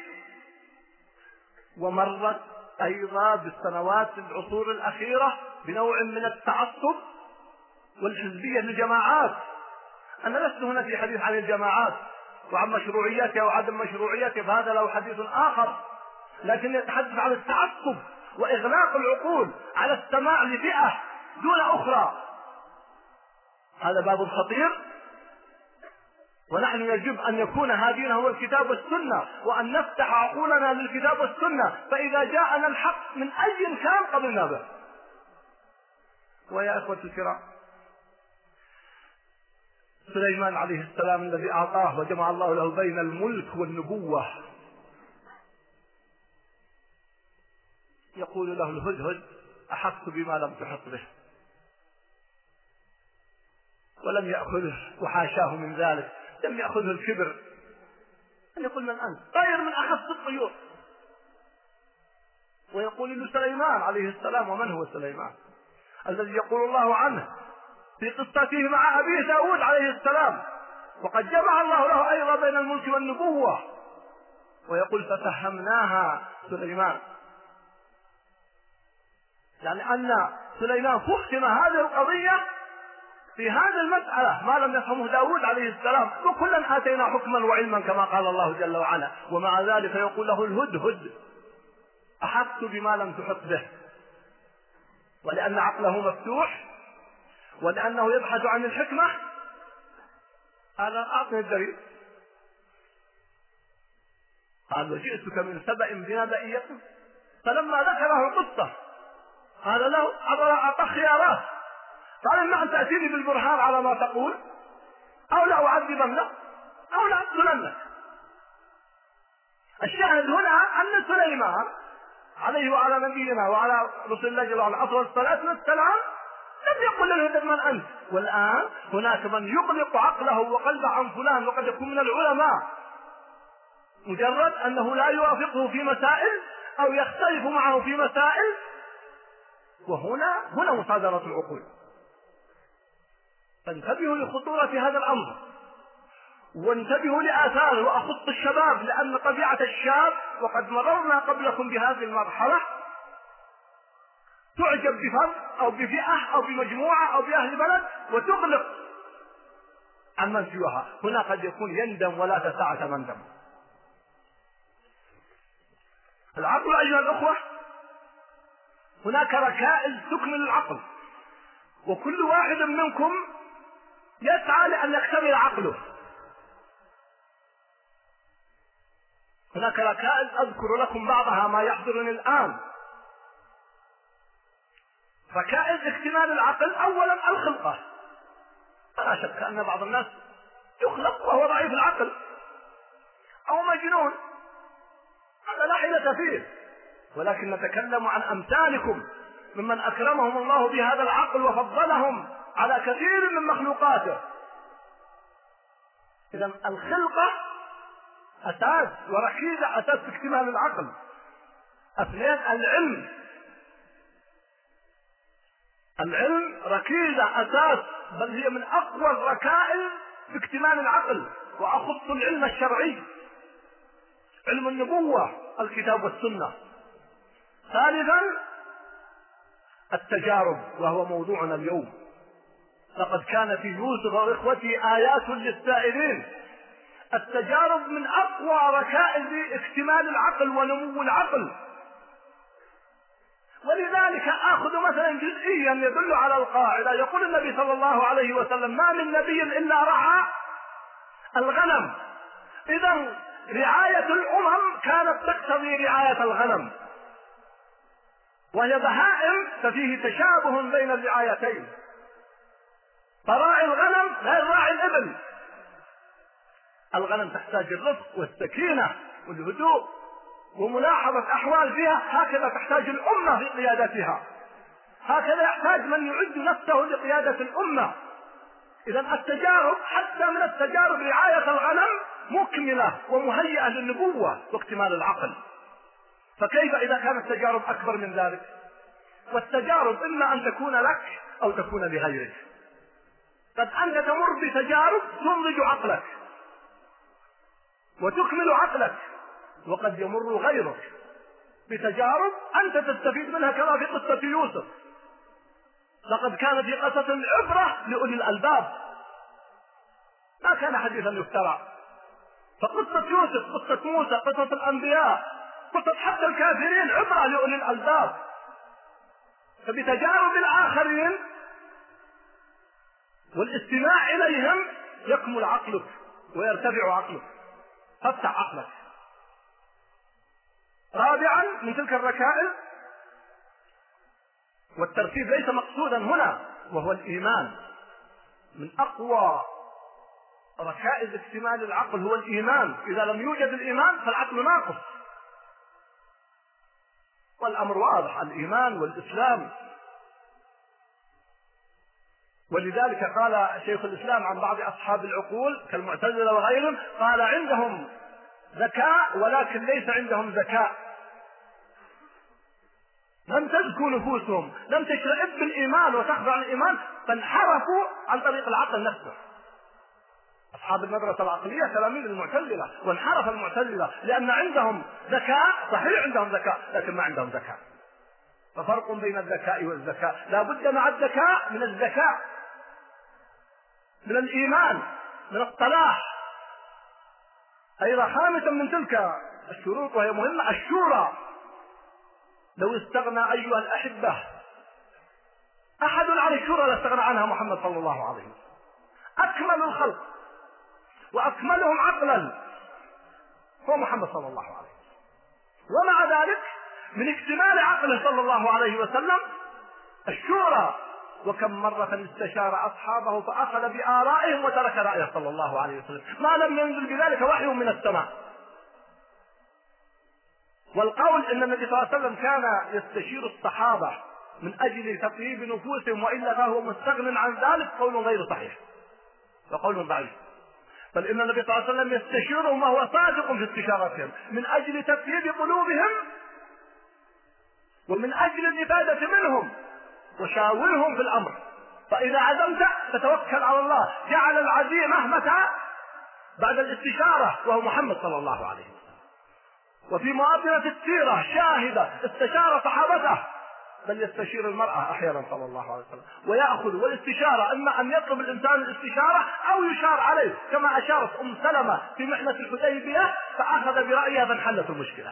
ومرت أيضا بالسنوات العصور الأخيرة بنوع من التعصب والحزبية للجماعات. أنا لست هنا في حديث عن الجماعات وعن مشروعيتها وعدم مشروعيتها، فهذا له حديث آخر، لكن يتحدث عن التعصب وإغلاق العقول على السماع لفئة دون أخرى. هذا باب خطير، ونحن يجب أن يكون هادينا هو الكتاب والسنة، وأن نفتح عقولنا للكتاب والسنة، فإذا جاءنا الحق من أي كان قبلنا به. ويا إخوة الكرام، سليمان عليه السلام الذي أعطاه وجمع الله له بين الملك والنبوة، يقول له الهدهد أحط بما لم تحط به، ولم يأخذه وحاشاه من ذلك، لم يأخذه الكبر أن يقول من أنت؟ طير من أخص الطيور. ويقول له سليمان عليه السلام، ومن هو سليمان الذي يقول الله عنه في قصته مع أبيه داود عليه السلام، وقد جمع الله له أيضا بين الملك والنبوة، ويقول ففهمناها سليمان، يعني أن سليمان فهم هذه القضية في هذه المسألة ما لم يفهمه داود عليه السلام، وكلا آتينا حكما وعلما كما قال الله جل وعلا. ومع ذلك يقول له الهدهد أحط بما لم تحط به، ولأن عقله مفتوح ولأنه يبحث عن الحكمة. أنا أعطني الدليل. قال وجئتك من سبأ بنبأ يقين، فلما ذكره القصة قال له أعطى خيارات، قال إما أن تأتيني بالبرهان على ما تقول، أو لا أعذبنك أو لا أقتلنك. الشاهد هنا أن سليمان عليه وعلى نبينا وعلى رسول الله جل وعلا أفضل الصلاة والسلام لم يقل له من أنت. والآن هناك من يغلق عقله وقلبه عن فلان وقد يكون من العلماء مجرد أنه لا يوافقه في مسائل أو يختلف معه في مسائل، وهنا هنا مصادرة العقول. فانتبهوا لخطورة هذا الأمر، وانتبهوا لآثاره. وأخص الشباب، لأن طبيعة الشاب وقد مررنا قبلكم بهذه المرحلة تعجب بفرد أو بفئة أو بمجموعة أو بأهل بلد وتغلق عن من سواها. هنا قد يكون يندم ولا تساعة مندم. العقل أيها الأخوة، هناك ركائز تكمل العقل، وكل واحد منكم يسعى لأن يكتمل عقله. هناك ركائز أذكر لكم بعضها ما يحضرني الآن. ركائز اكتمال العقل، أولا الخلقة. لا شك أن بعض الناس يخلق وهو ضعيف العقل أو مجنون، هذا لا حيلة فيه، ولكن نتكلم عن أمثالكم ممن أكرمهم الله بهذا العقل وفضلهم على كثير من مخلوقاته. إذن الخلقة أساس وركيزة أساس اكتمال العقل. اثنين العلم، العلم ركيزة أساس، بل هي من أقوى الركائز في اكتمال العقل. وأخص العلم الشرعي، علم النبوة، الكتاب والسنة. ثالثا التجارب، وهو موضوعنا اليوم. لقد كان في يوسف وإخوته آيات للسائلين. التجارب من أقوى ركائز اكتمال العقل ونمو العقل. ولذلك آخذ مثلا جزئيا يدل على القاعدة. يقول النبي صلى الله عليه وسلم ما من نبي إلا رعى الغنم. إذن رعاية الأمم كانت تقتضي رعاية الغنم، وهي بهائم، ففيه تشابه بين الرعايتين. فراعي الغنم غير راعي الإبل. الغنم تحتاج الرفق والسكينة والهدوء وملاحظة أحوال فيها، هكذا تحتاج الأمة في قيادتها، هكذا يحتاج من يعد نفسه لقيادة الأمة. إذا التجارب حتى من التجارب رعاية الغنم مكملة ومهيئة للنبوة واكتمال العقل، فكيف إذا كانت التجارب أكبر من ذلك؟ والتجارب إما أن تكون لك أو تكون لغيرك. قد أنت تمر بتجارب تنضج عقلك وتكمل عقلك، وقد يمر غيرك بتجارب أنت تستفيد منها، كما في قصة يوسف. لقد كان في قصة عبرة لأولي الألباب، ما كان حديثا يفترى. فقصة يوسف، قصة موسى، قصة الأنبياء، قصة حتى الكافرين عبرة لأولي الألباب. فبتجارب الآخرين والاستماع إليهم يكمل عقلك ويرتفع عقلك، فافتح عقلك. رابعا من تلك الركائز، والترتيب ليس مقصودا هنا، وهو الإيمان. من أقوى ركائز اكتمال العقل هو الإيمان. إذا لم يوجد الإيمان فالعقل ناقص، والأمر واضح، الإيمان والإسلام. ولذلك قال شيخ الإسلام عن بعض أصحاب العقول كالمعتزلة وغيرهم، قال عندهم ذكاء ولكن ليس عندهم ذكاء، لم تزكو نفوسهم، لم تشرئب بالإيمان وتخضع للإيمان، فانحرفوا عن طريق العقل نفسه. أصحاب المدرسة العقلية تلاميذ المعتزلة، وانحرف المعتزلة لأن عندهم ذكاء، صحيح عندهم ذكاء لكن ما عندهم ذكاء. ففرق بين الذكاء والذكاء، لا بد مع الذكاء من الذكاء، من الإيمان، من الصلاح. أيضا خامسا من تلك الشروط وهي مهمة، الشورى. لو استغنى أيها الأحبة أحد عن الشورى لاستغنى عنها محمد صلى الله عليه وسلم. أكمل الخلق وأكملهم عقلا هو محمد صلى الله عليه وسلم، ومع ذلك من اكتمال عقله صلى الله عليه وسلم الشورى. وكم مرة استشار أصحابه فأخذ بآرائهم وترك رأيه صلى الله عليه وسلم، ما لم ينزل بذلك وحي من السماء. والقول إن النبي صلى الله عليه وسلم كان يستشير الصحابة من أجل تطيب نفوسهم وإلا فهو مستغن عن ذلك قول غير صحيح وقول ضعيف، بل إن النبي صلى الله عليه وسلم يستشيرهم وهو صادق في استشارتهم من أجل تطيب قلوبهم ومن أجل الإفادة منهم، وشاورهم في الأمر، فإذا عزمت فتوكل على الله. جعل العزيمة متى؟ بعد الاستشارة، وهو محمد صلى الله عليه وسلم. وفي مؤثرة السيرة شاهدة استشار صحابته، بل يستشير المرأة أحيانا صلى الله عليه وسلم ويأخذ. والاستشارة إما أن يطلب الإنسان الاستشارة أو يشار عليه، كما أشارت أم سلمة في محنة الحديبية فأخذ برأيها فانحلت المشكلة.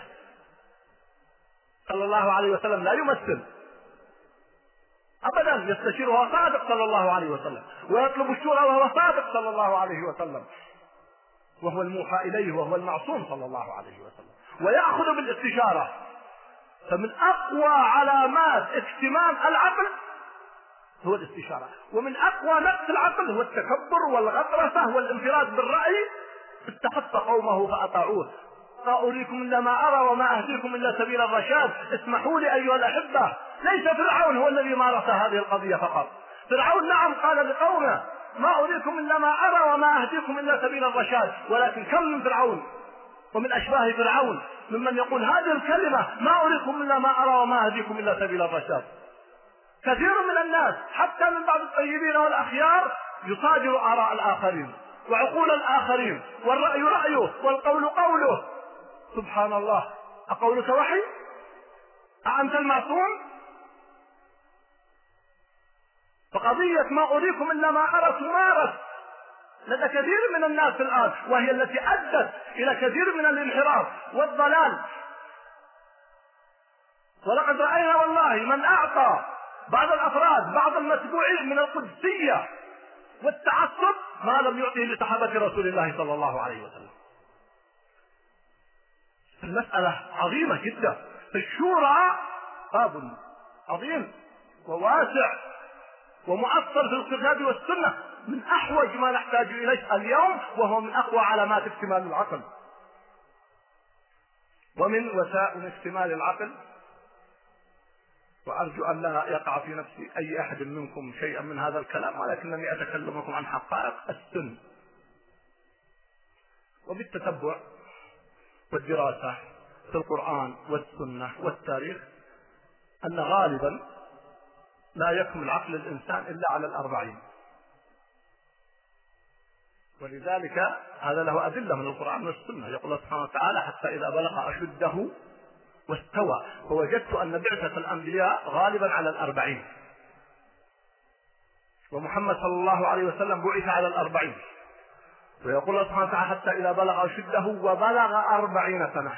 صلى الله عليه وسلم لا يمثل أبدا، يستشير وهو صادق صلى الله عليه وسلم، ويطلب الشورى وهو صادق صلى الله عليه وسلم، وهو الموحى إليه وهو المعصوم صلى الله عليه وسلم، ويأخذ بالاستشارة. فمن أقوى علامات اكتمال العقل هو الاستشارة، ومن أقوى نقص العقل هو التكبر والغطرسة والانفراد بالرأي. استخف قومه فأطاعوه، لا أريكم إلا ما أرى وما أهديكم إلا سبيل الرشاد. اسمحوا لي أيها الأحبة، ليس فرعون هو الذي مارس هذه القضية فقط. فرعون نعم قال لقومه ما أريكم إلا ما أرى وما أهديكم إلا سبيل الرشاد، ولكن كم من فرعون ومن أشباه فرعون ممن يقول هذه الكلمة ما أريكم إلا ما أرى وما أهديكم إلا سبيل الرشاد. كثير من الناس حتى من بعض الطيبين والأخيار يصادر آراء الآخرين وعقول الآخرين، والرأي رأيه والقول قوله. سبحان الله، أقولك وحي؟ أأنت المعصوم؟ فقضية ما أريكم إلا ما أرى تمارس لدى كثير من الناس الآن، وهي التي أدت إلى كثير من الانحراف والضلال. ولقد رأينا والله من أعطى بعض الأفراد بعض المتبوعين من القدسية والتعصب ما لم يعطيه لصحابة رسول الله صلى الله عليه وسلم. المسألة عظيمة جدا. الشورى باب عظيم وواسع ومؤثر في الكتاب والسنة، من أحوج ما نحتاج إليه اليوم، وهو من أقوى علامات اكتمال العقل. ومن وسائل اكتمال العقل، وأرجو أن لا يقع في نفسي أي أحد منكم شيئا من هذا الكلام، ولكنني أتكلمكم عن حقائق السن. وبالتتبع والدراسة في القرآن والسنة والتاريخ أن غالبا لا يكمل عقل الإنسان إلا على الأربعين، ولذلك هذا له أدلة من القرآن والسنة. يقول الله سبحانه وتعالى: حتى إذا بلغ أشده واستوى. فوجدت أن بعثة الأنبياء غالبا على الأربعين، ومحمد صلى الله عليه وسلم بعث على الأربعين. ويقول الله سبحانه وتعالى: حتى إذا بلغ أشده وبلغ أربعين سنة.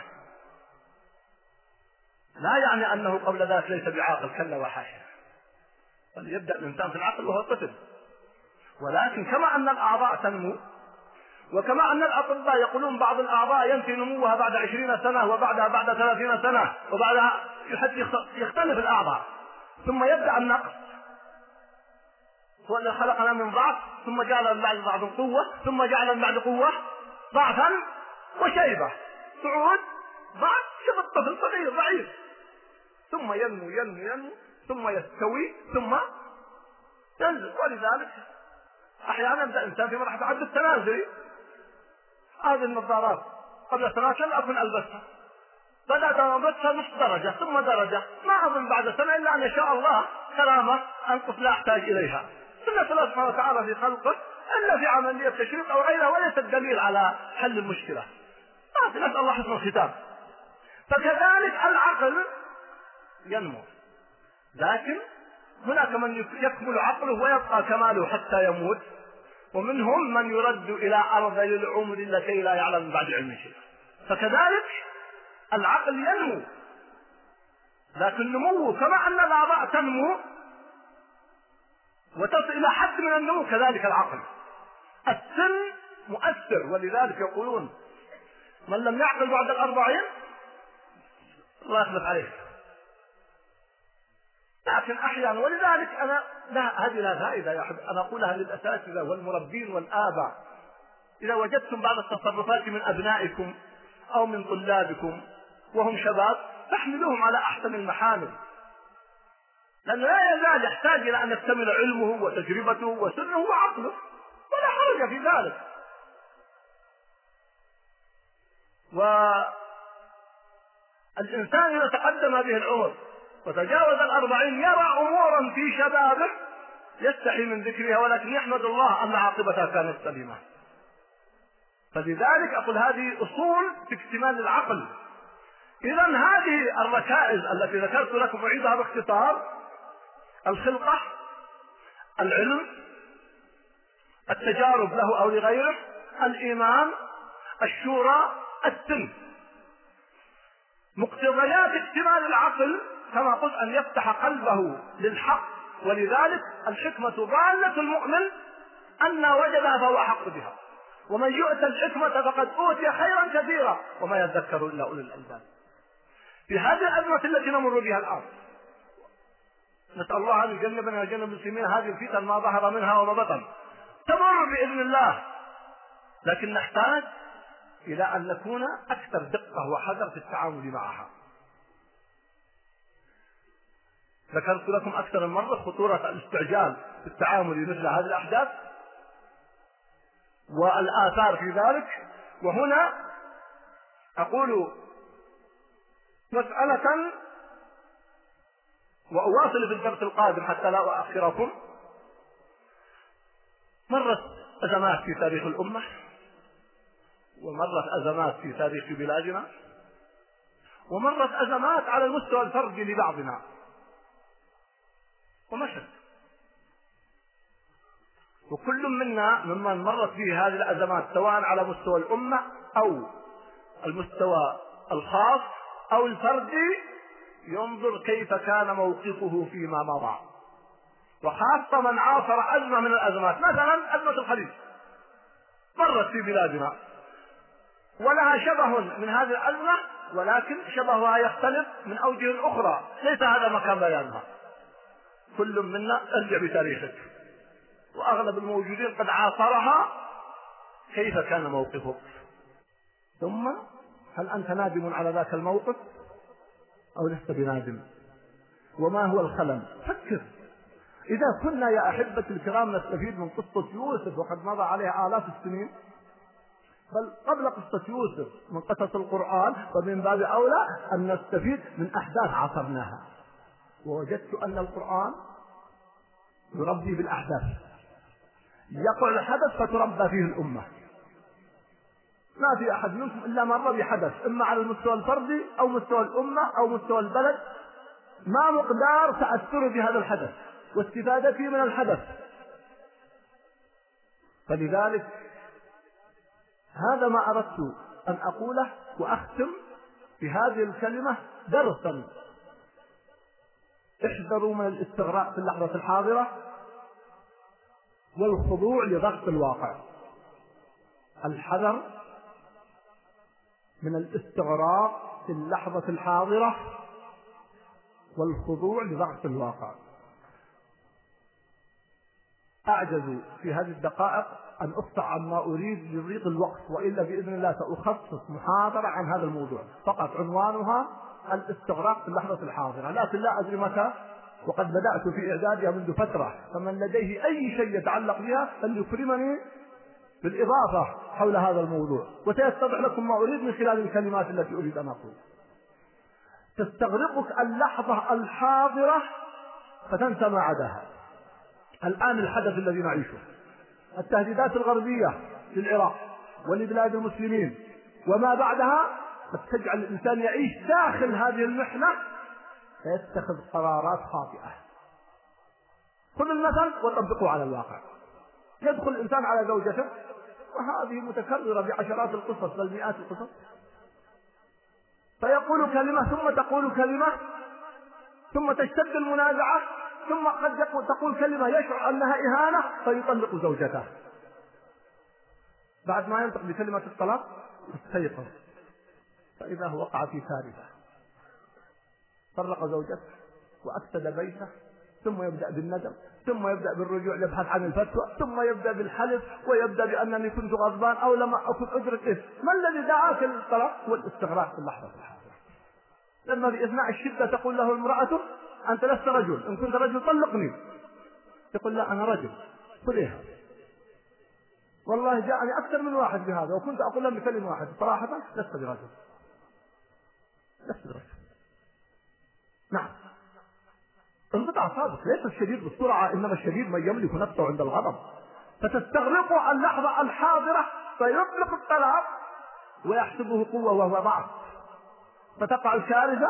لا يعني أنه قبل ذلك ليس بعاقل، كلا وحاشا، بل يبدأ الإنسان في العقل وهو طفل. ولكن كما أن الأعضاء تنمو، وكما أن الأطباء يقولون بعض الأعضاء ينتهي نموها بعد عشرين سنة، وبعدها بعد ثلاثين سنة، وبعدها يختلف الأعضاء، ثم يبدأ النقص. هو الذي خلقنا من ضعف ثم جعل من بعد ضعف قوة، ثم جعل من بعد قوة ضعفا وشيبة، صعود ضعف، شوف الطفل صغير ضعيف، ثم ينمو ينمو ينمو ثم يستوي ثم ينزل. ولذلك أحيانا يبدأ الإنسان في مرحلة عد التنازلي. هذه النظارات قبل سنوات لم أكن ألبسها، بدأت ألبسها نصف درجة ثم درجة، ما أظن بعد سنة إلا أن يشاء الله كرامة أنقص لا أحتاج إليها. سنة الله سبحانه وتعالى في خلقه إلا في عملية تشريق أو غيرها، وليس الدليل على حل المشكلة. نسأل الله حسن الختام. فكذلك العقل ينمو، لكن هناك من يكمل عقله ويبقى كماله حتى يموت، ومنهم من يرد إلى أرذل العمر لكي لا يعلم بعد علم شيء. فكذلك العقل ينمو، لكن نموه كما أن الأعضاء تنمو وتصل إلى حد من النمو، كذلك العقل. السن مؤثر، ولذلك يقولون من لم يعقل بعد الأربعين الله يخلف عليه. لكن أحيانا، ولذلك أنا لا، هذه لا فائدة يا أحب أنا أقولها للأساتذة والمربين والآباء: إذا وجدتم بعض التصرفات من أبنائكم أو من طلابكم وهم شباب فاحملوهم على أحسن المحامل، لأنه لا يزال يحتاج إلى أن يكتمل علمه وتجربته وسنه وعقله، ولا حرج في ذلك. والإنسان إذا تقدم به العمر وتجاوز الأربعين يرى أمورا في شبابه يستحي من ذكرها، ولكن يحمد الله أن عاقبتها كانت سليمة. فلذلك أقول هذه أصول في اكتمال العقل. إذا هذه الركائز التي ذكرت لكم أعيدها باختصار: الخلقة، العلم، التجارب له أو لغيره، الإيمان، الشورى، السن. مقتضيات اكتمال العقل كما قلت أن يفتح قلبه للحق، ولذلك الحكمة ضالة المؤمن أن وجدها فهو أحق بها، ومن يؤتى الحكمة فقد أوتي خيرا كثيرا وما يذكر إلا أولي الألباب. في هذه الأزمة التي نمر بها الآن نسأل الله أن يجنبنا ويجنب المسلمين هذه الفتن ما ظهر منها وما بطن، تمر بإذن الله، لكن نحتاج إلى أن نكون أكثر دقة وحذر في التعامل معها. ذكرت لكم أكثر من مرة خطورة الاستعجال في التعامل مثل هذه الأحداث والآثار في ذلك. وهنا أقول مسألة وأواصل في الدرس القادم حتى لا أؤخركم. مرت أزمات في تاريخ الأمة، ومرت أزمات في تاريخ بلادنا، ومرت أزمات على المستوى الفردي لبعضنا، ومشت، وكل منا ممن مرت به هذه الأزمات سواء على مستوى الأمة أو المستوى الخاص أو الفردي ينظر كيف كان موقفه فيما مضى، وخاصة من عاصر أزمة من الأزمات، مثلا أزمة الخليج مرت في بلادنا ولها شبه من هذه الأزمة، ولكن شبهها يختلف من أوجه أخرى ليس هذا مكان بيانها. كل منا ارجع بتاريخك، وأغلب الموجودين قد عاصرها، كيف كان موقفه. ثم هل أنت نادم على ذاك الموقف أو لست بنادم؟ وما هو الخلل؟ فكر. إذا كنا يا أحبة الكرام نستفيد من قصة يوسف وقد مضى عليها آلاف السنين، بل قبل قصة يوسف من قصص القرآن، فمن باب أولى أن نستفيد من أحداث عصرناها. ووجدت أن القرآن يربي بالأحداث، يقع الحدث فتربى فيه الأمة. ما في أحد منكم إلا مر بحدث، إما على المستوى الفردي أو مستوى الأمة أو مستوى البلد، ما مقدار تأثره بهذا الحدث واستفادته من الحدث. فلذلك هذا ما أردت أن أقوله، وأختم بهذه الكلمة درسا: احذروا من الاستغراق في اللحظة الحاضرة والخضوع لضغط الواقع. الحذر من الاستغراق في اللحظة الحاضرة والخضوع لضغط الواقع. أعجز في هذه الدقائق أن أقطع عما أريد لضيق الوقت، وإلا بإذن الله سأخصص محاضرة عن هذا الموضوع فقط، عنوانها الاستغراق في اللحظة الحاضرة، لكن لا أدري متى، وقد بدأت في إعدادها منذ فترة، فمن لديه أي شيء يتعلق بها فليكرمني بالإضافة حول هذا الموضوع، وسيتضح لكم ما أريد من خلال الكلمات التي أريد أن أقول. تستغرقك اللحظة الحاضرة فتنسى ما عداها. الآن الحدث الذي نعيشه، التهديدات الغربية للعراق ولبلاد المسلمين وما بعدها، قد تجعل الإنسان يعيش داخل هذه المحنة فيتخذ قرارات خاطئة. خذ المثل وطبقه على الواقع. يدخل الإنسان على زوجته، وهذه متكررة بعشرات القصص بل مئات القصص، فيقول كلمة ثم تقول كلمة ثم تشتد المنازعة، ثم قد تقول كلمة يشعر أنها إهانة فيطلق زوجته. بعد ما ينطق بكلمة الطلاق يستيقظ فإذا هو وقع في كارثة، طلق زوجته وأفسد بيته، ثم يبدأ بالندم، ثم يبدأ بالرجوع يبحث عن الفتوى، ثم يبدأ بالحلف، ويبدأ بأنني كنت غضبان أو لم أكن أدرك إيه. ما الذي دعاك للطلاق؟ هو الاستغراق في اللحظة الحاضرة. لما في أثناء الشدة تقول له المرأة: أنت لست رجل، إن كنت رجل طلقني. يقول: لا أنا رجل، خذيها. والله جاءني أكثر من واحد بهذا، وكنت أقول لهم بكلمة واحدة: صراحة لست برجل، لست برجل. نعم، انقطع صادق، ليس الشديد بالسرعة، إنما الشديد من يملك نفسه عند الغضب. فتستغرق اللحظة الحاضرة فيطلق الطلاق ويحسبه قوة وهو ضعف، فتقع الكارثة.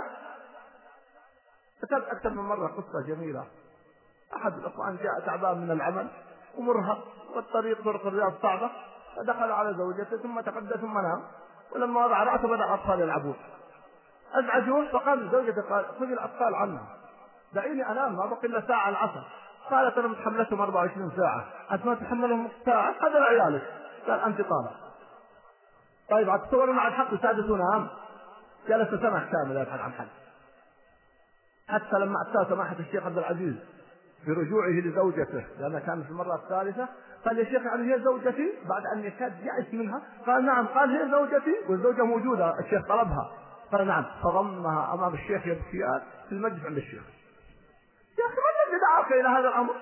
كتبت أكثر من مرة قصة جميلة. أحد الأخوان جاء تعبان من العمل ومرهق والطريق طرق الرياض صعبة، فدخل على زوجته ثم تقدم ثم نام، ولما وضع رأسه بدأ الأطفال يلعبون، أزعجون، فقال زوجته: قال خذي الأطفال عنها، دعيني أنام، ما بقي إلا ساعة العصر. قالت: أنا متحملتهم أربعة وعشرين ساعة، أنت ما تحملهم ساعة؟ هذا لعيالك. قال: أنت طالع. طيب أتصورون على الحق يسادسون أم؟ جلس سنة كاملة يبحث عن حل، حتى لما أتى سماحة الشيخ عبد العزيز برجوعه لزوجته لأنها كانت في المرة الثالثة، قال: يا شيخ يعني هي زوجتي؟ بعد أن يكاد يأس منها قال: نعم. قال: هي زوجتي والزوجة موجودة، الشيخ طلبها. قال: نعم. فضمها أمام الشيخ يبكيات في المجلس عند الشيخ. يا أخي ما الذي دعاك إلى هذا الأمر؟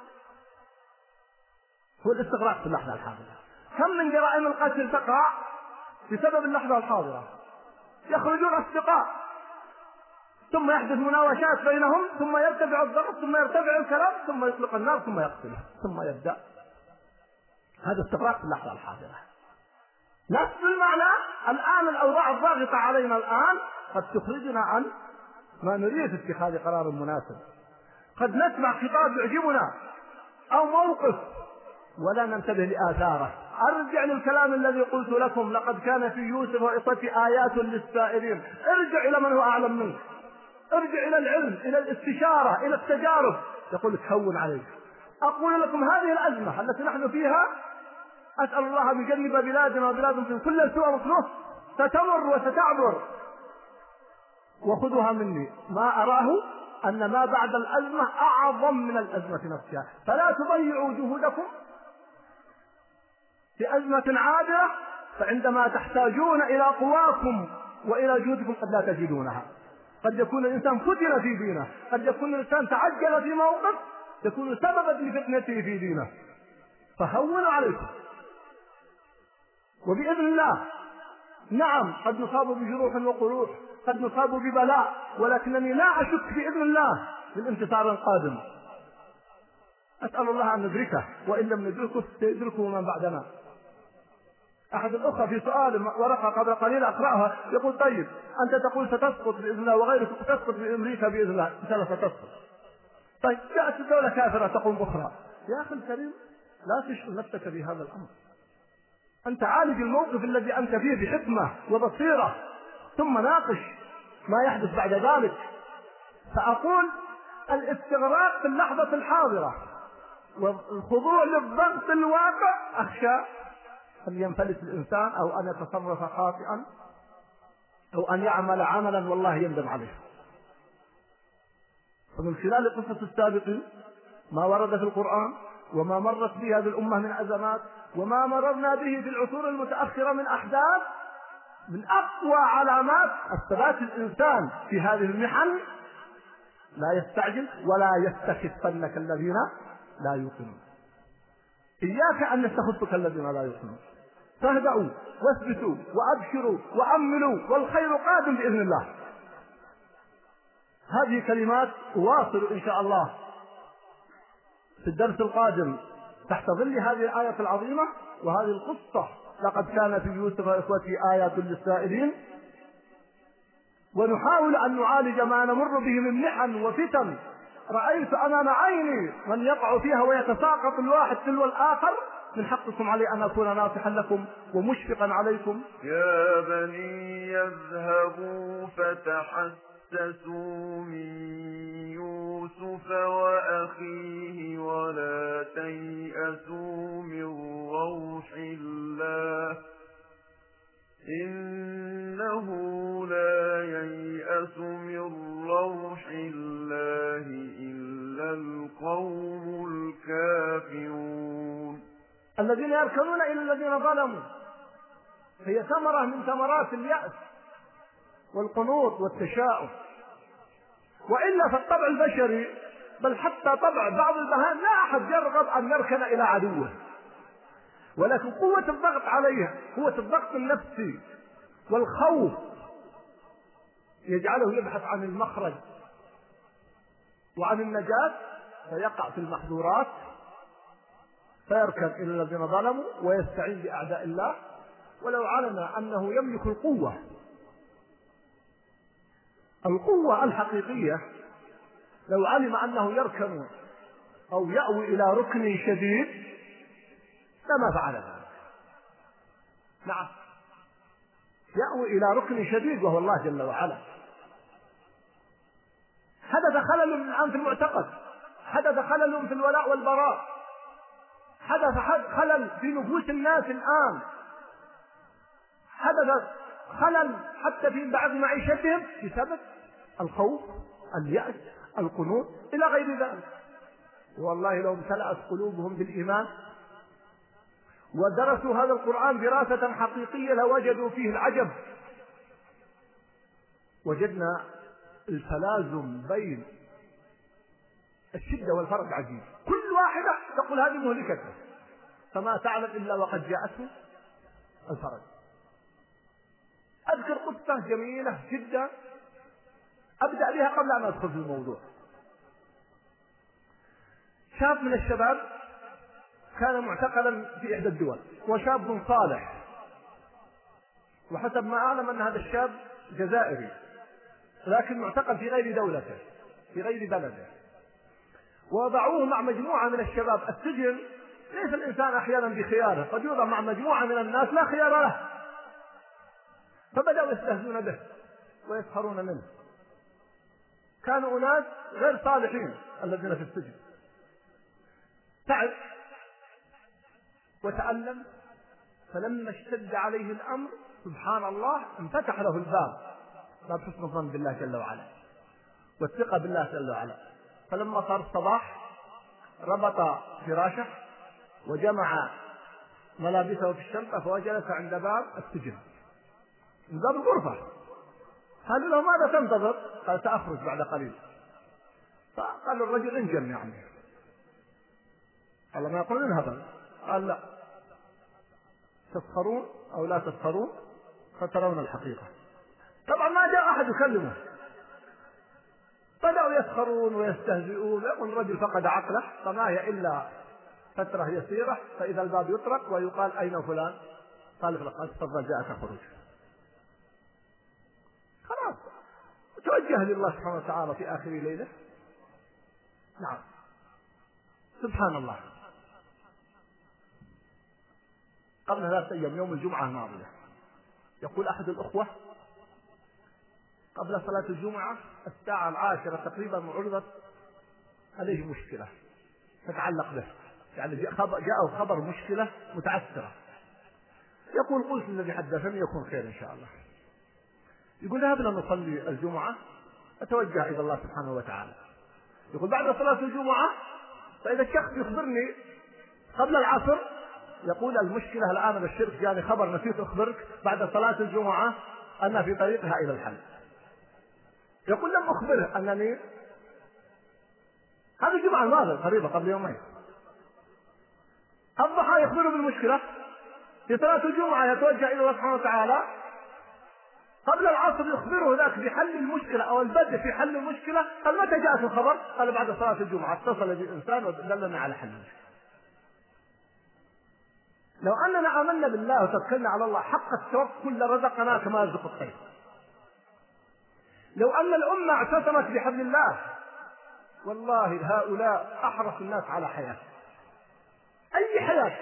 هو الاستغراق في اللحظة الحاضرة. كم من جرائم القتل تقع بسبب اللحظة الحاضرة؟ يخرجون أصدقاء ثم يحدث مناوشات بينهم، ثم يرتفع الضغط، ثم يرتفع الكلام، ثم يطلق النار، ثم يقتله، ثم يبدأ. هذا استغراق في اللحظة الحاضرة. نفس المعنى الآن الأوضاع الضاغطة علينا الآن قد تخرجنا عن ما نريد اتخاذ قرار مناسب. قد نسمع خطاب يعجبنا أو موقف ولا ننتبه لآثاره. أرجع للكلام الذي قلت لكم: لقد كان في يوسف وإخوته آيات للسائرين. ارجع إلى من هو أعلم منك، ارجع إلى العلم، إلى الاستشارة، إلى التجارب. يقول: هون عليك. أقول لكم هذه الأزمة التي نحن فيها، أسأل الله أن يجنب بلادنا وبلادهم في كل سوء مصلوح، ستمر وستعبر. وخذوها مني، ما أراه أن ما بعد الأزمة أعظم من الأزمة نفسها. فلا تضيعوا جهودكم في أزمة عابرة فعندما تحتاجون إلى قواكم وإلى جهودكم قد لا تجدونها. قد يكون الإنسان فتن في دينه، قد يكون الإنسان تعجل في موقف تكون سببا لفتنته في دينه، فهونوا عليكم. وبإذن الله نعم قد نصاب بجروح وقروح، قد نصاب ببلاء، ولكنني لا أشك بإذن الله من انتصار قادم. أسأل الله أن ندركه، وإن لم ندركه سيدركه من بعدنا. أحد الأخوة في سؤال ورقة قبل قليل أقرأها يقول طيب أنت تقول ستسقط بإذن الله وغيرك تسقط في أمريكا بإذن الله، إن شاء الله ستسقط. طيب جاءت الدولة كافرة تقوم بأخرى. يا أخي الكريم لا تشغل نفسك بهذا الأمر، أنت عالج الموقف الذي أنت فيه بحكمة وبصيرة، ثم ناقش ما يحدث بعد ذلك. فأقول الاستغراق في اللحظة الحاضرة والخضوع للضغط الواقع، أخشى أن ينفلت الإنسان أو أن يتصرف خاطئا أو أن يعمل عملا والله يندم عليه. فمن خلال قصص السابقين ما ورد في القرآن وما مرت به هذه الأمة من أزمات وما مررنا به في العصور المتأخرة من أحداث، من أقوى علامات الثبات الإنسان في هذه المحن لا يستعجل ولا يستخفنك الذين لا يوقنون. إياك أن يستخفك الذين لا يوقنون. فاهدأوا واثبتوا وأبشروا وأملوا والخير قادم بإذن الله. هذه كلمات أواصل إن شاء الله في الدرس القادم تحت ظل هذه الآية العظيمة وهذه القصة. لقد كان في يوسف وإخوته آيات للسائلين. ونحاول أن نعالج ما نمر به من محن وفتن رأيت أمام عيني من يقع فيها ويتساقط الواحد تلو الآخر. من حقكم علي أن أكون ناصحا لكم ومشفقا عليكم. يا بني يذهبوا فتحسسوا من يوسف وأخيه ولا تيأسوا من روح الله إنه لا ييأس من روح الله إلا القوم الكافرون. الذين يركنون إلى الذين ظلموا هي ثمرة من ثمرات اليأس والقنوط والتشاؤم. وإلا فالطبع البشري بل حتى طبع بعض البهائم لا أحد يرغب أن يركن إلى عدوه، ولكن قوة الضغط عليه، قوة الضغط النفسي والخوف يجعله يبحث عن المخرج وعن النجاة، فيقع في المحظورات فيركن إلى الذين ظلموا ويستعين بأعداء الله. ولو علم أنه يملك القوة القوة الحقيقية، لو علم أنه يركن أو يأوي إلى ركن شديد لما فعل ذلك. نعم يأوي إلى ركن شديد وهو الله جل وعلا. حدث خلل الآن في المعتقد، حدث خلل في الولاء والبراء، حدث خلل في نفوس الناس الآن، حدث خلل حتى في بعض معيشتهم بسبب الخوف، اليأس، القنوط إلى غير ذلك. والله لو امتلأت قلوبهم بالإيمان ودرسوا هذا القرآن دراسة حقيقية لوجدوا فيه العجب. وجدنا التلازم بين الشدة والفرج عجيب. كل واحدة تقول هذه مهلكتها، فما تعلم إلا وقد جاءته الفرج. أذكر قصة جميلة جدا أبدأ بها قبل أن أدخل في الموضوع. شاب من الشباب كان معتقلا في إحدى الدول، وشاب صالح، وحسب ما أعلم أن هذا الشاب جزائري لكن معتقل في غير دولته في غير بلده. ووضعوه مع مجموعة من الشباب. السجن ليس الإنسان أحيانا بخياره، قد يوضع مع مجموعة من الناس لا خيار له، فبدأوا يستهزئون به ويسخرون منه. كانوا أناس غير صالحين الذين في السجن. تعب وتألم، فلما اشتد عليه الأمر سبحان الله انفتح له الباب، باب حسن الظن بالله جل وعلا والثقة بالله جل وعلا. فلما صار الصباح ربط فراشه وجمع ملابسه في الشنطة فوجلس عند باب السجن، من باب الغرفة. قالوا له ماذا تنتظر؟ قال سأخرج بعد قليل. فقال الرجل انجم يعني، قال ما يقولون هذا. قال لا، تسخرون أو لا تسخرون فترون الحقيقة. طبعا ما جاء أحد يكلمه، بدأوا يسخرون ويستهزئون. يقول الرجل فقد عقله، فما هي إلا فترة يسيرة فإذا الباب يطرق ويقال أين فلان؟ قال قال تفضل جاءك خروج. خلاص توجه لله سبحانه وتعالى في آخر ليلة. نعم سبحان الله. قبل ثلاثة أيام يوم الجمعة الماضية يقول أحد الأخوة قبل صلاة الجمعة الساعة العاشرة تقريبا عرضت عليه مشكلة تتعلق به، يعني جاءه خبر مشكلة متعثرة. يقول قلت الذي حدثني يكون خير إن شاء الله. يقول ذهبنا نصلي الجمعة أتوجه إلى الله سبحانه وتعالى. يقول بعد صلاة الجمعة فإذا الشخص يخبرني قبل العصر يقول المشكلة الآن بالشرك جاني خبر نسيت أخبرك بعد صلاة الجمعة أنا في طريقها إلى الحل. يقول لم أخبره أنني هذه الجمعة الماضية قريبة قبل يومين. الضحى يخبره بالمشكلة، في صلاة الجمعة يتوجه إلى الله سبحانه وتعالى، قبل العصر يخبره ذاك بحل المشكلة أو البدء في حل المشكلة. قال متى جاءت الخبر؟ قال بعد صلاة الجمعة اتصل بي إنسان ودلنا على حل المشكلة. لو أننا آمنا بالله وتوكلنا على الله حق التوكل لرزقنا كما يرزق الطير. لو أن الأمة اعتصمت بحبل الله والله هؤلاء أحرص الناس على حياة، أي حياة،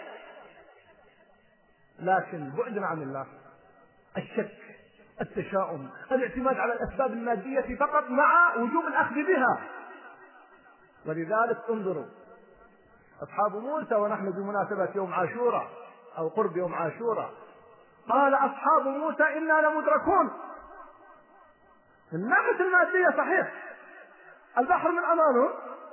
لكن بعدنا عن الله، الشك، التشاؤم، الاعتماد على الأسباب المادية فقط مع وجوب الأخذ بها. ولذلك انظروا أصحاب موسى ونحن بمناسبة يوم عاشوراء أو قرب يوم عاشوراء قال أصحاب موسى إنا لمدركون. من ناحية المادية صحيح البحر من أمامه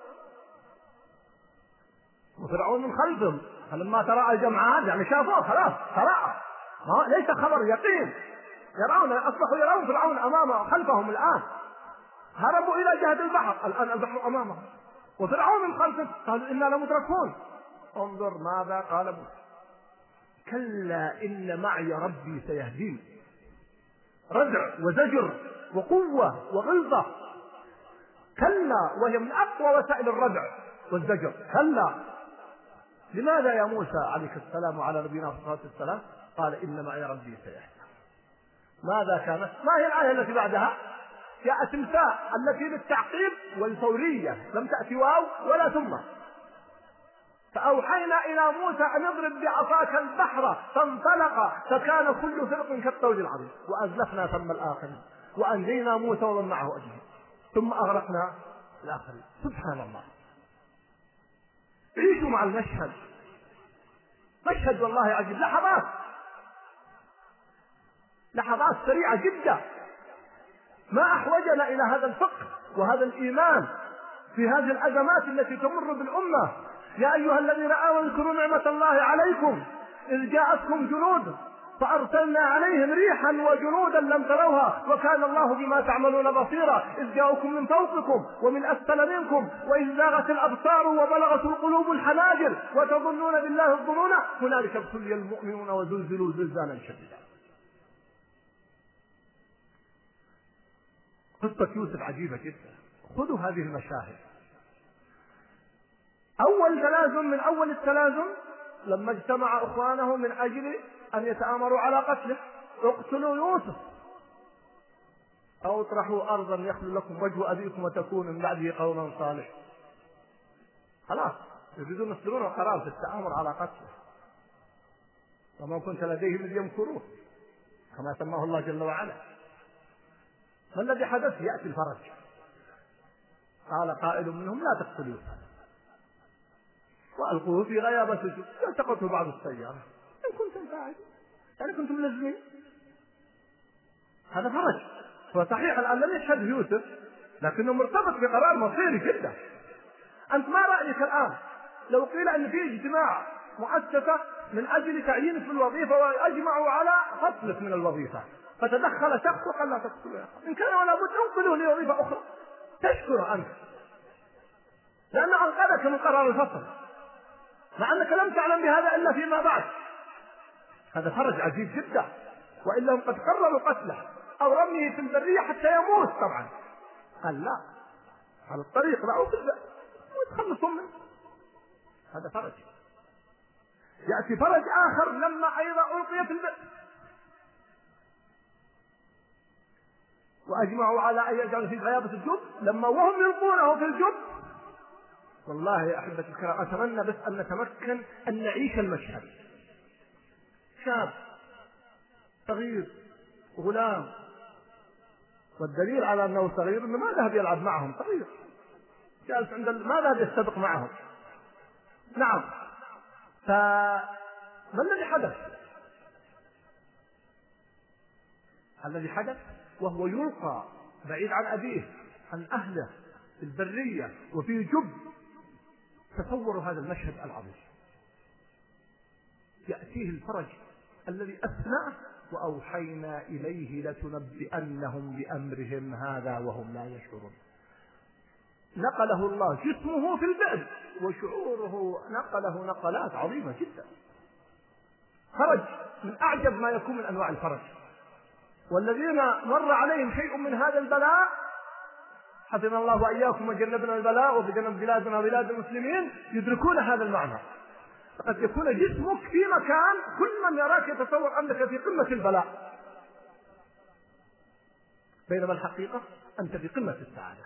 وفرعون من خلفهم، فلما تراءى الجمعان يعني شافوه خلاص تراءى، ليس خبر يقين، يرون أصبحوا يرون فرعون أمامه خلفهم الآن، هربوا إلى جهة البحر الآن البحر أمامهم وفرعون من خلفه قالوا إنا لمدركون. انظر ماذا قال موسى كلا إن معي ربي سيهدين. ردع وزجر وقوة وغلظة، كلا، وهي من أقوى وسائل الردع والزجر. كلا. لماذا يا موسى عليك السلام وعلى نبينا الصلاة والسلام قال إن معي ربي سيهدين؟ ماذا كانت؟ ما هي الآية التي بعدها؟ جاءت التاء التي للتعقيب والفورية، لم تأتي واو ولا ثم. فأوحينا إلى موسى أن اضرب بعصاك البحر فانطلق فكان كل فرق كالطود العظيم وأزلفنا ثم الآخرين وأنجينا موسى ومن معه أجمعين ثم أغرقنا الآخرين. سبحان الله. عيشوا مع المشهد، مشهد والله عجيب، لحظات لحظات سريعة جدا. ما أحوجنا إلى هذا الفقه وهذا الإيمان في هذه الأزمات التي تمر بالأمة. يا أيها الذين آمنوا اذكروا نعمة الله عليكم إذ جاءتكم جنود فأرسلنا عليهم ريحا وجنودا لم تروها وكان الله بما تعملون بصيرا إذ جاءكم من فوقكم ومن أسفل منكم وإذ زاغت الأبصار وبلغت القلوب الحناجر وتظنون بالله الظنون هنالك ابتلي المؤمنون وزلزلوا زلزالا شديدا. قصة يوسف عجيبة جدا. خذوا هذه المشاهد. أول تلازم من أول التلازم لما اجتمع إخوانه من أجل أن يتآمروا على قتله. اقتلوا يوسف أو اطرحوا أرضا يخل لكم وجه أبيكم وتكون من بعده قوما صالح. خلاص يريدون يصدرون القرار في التآمر على قتله. وما كنت لديهم إذ يمكرون كما سماه الله جل وعلا. ما الذي حدث؟ يأتي الفرج. قال قائل منهم لا تقتلوا يوسف وألقوه في غيابة الجب يلتقطه بعض السيارة إن كنتم فاعلين، يعني كنتم ملزمين. هذا فرج. هو صحيح الآن لم يشهد يوسف لكنه مرتبط بقرار مصيري جدا. أنت ما رأيك الآن لو قيل أن في اجتماع مؤسسة من أجل تعيينك في الوظيفة وأجمعوا على فصلك من الوظيفة، فتدخل شخص وقال لا تقتله، إن كان ولا بد انقله لوظيفة أخرى تشكره أنت لأنه أنقذك من قرار الفصل، مع أنك لم تعلم بهذا إلا فيما بعد. هذا فرج عجيب جدا، وإلا هم قد قرروا قتله أو رميه في البرية حتى يموت طبعا. قال لا، على الطريق رأوا ويتخلصون منه. هذا فرج. يأتي فرج آخر لما أيضا ألقي في البئر وأجمعوا على أن يجعلوا في غيابة الجب، لما وهم يلقونه في الجب، والله يا أحبة الكرام أتمنى بس أن نتمكن أن نعيش المشهد. شاب صغير غلام، والدليل على أنه صغير أنه ما ذهب يلعب معهم، صغير جالس عند ما ذهب يستبق معهم. نعم، فما الذي حدث؟ الذي حدث وهو يلقى بعيد عن أبيه عن أهله في البرية وفي جب. تصوروا هذا المشهد العظيم، يأتيه الفرج الذي أثناه وأوحينا إليه لتنبئنهم بأمرهم هذا وهم لا يشعرون. نقله الله جسمه في البئر وشعوره نقله نقلات عظيمة جدا. فرج من أعجب ما يكون من أنواع الفرج، والذين مر عليهم شيء من هذا البلاء حفظنا الله وإياكم وجنبنا البلاء وبجنب بلادنا وبلاد المسلمين يدركون هذا المعنى. قد يكون جسمك في مكان كل من يراك يتصور أنك في قمة البلاء، بينما الحقيقة أنت في قمة السعادة.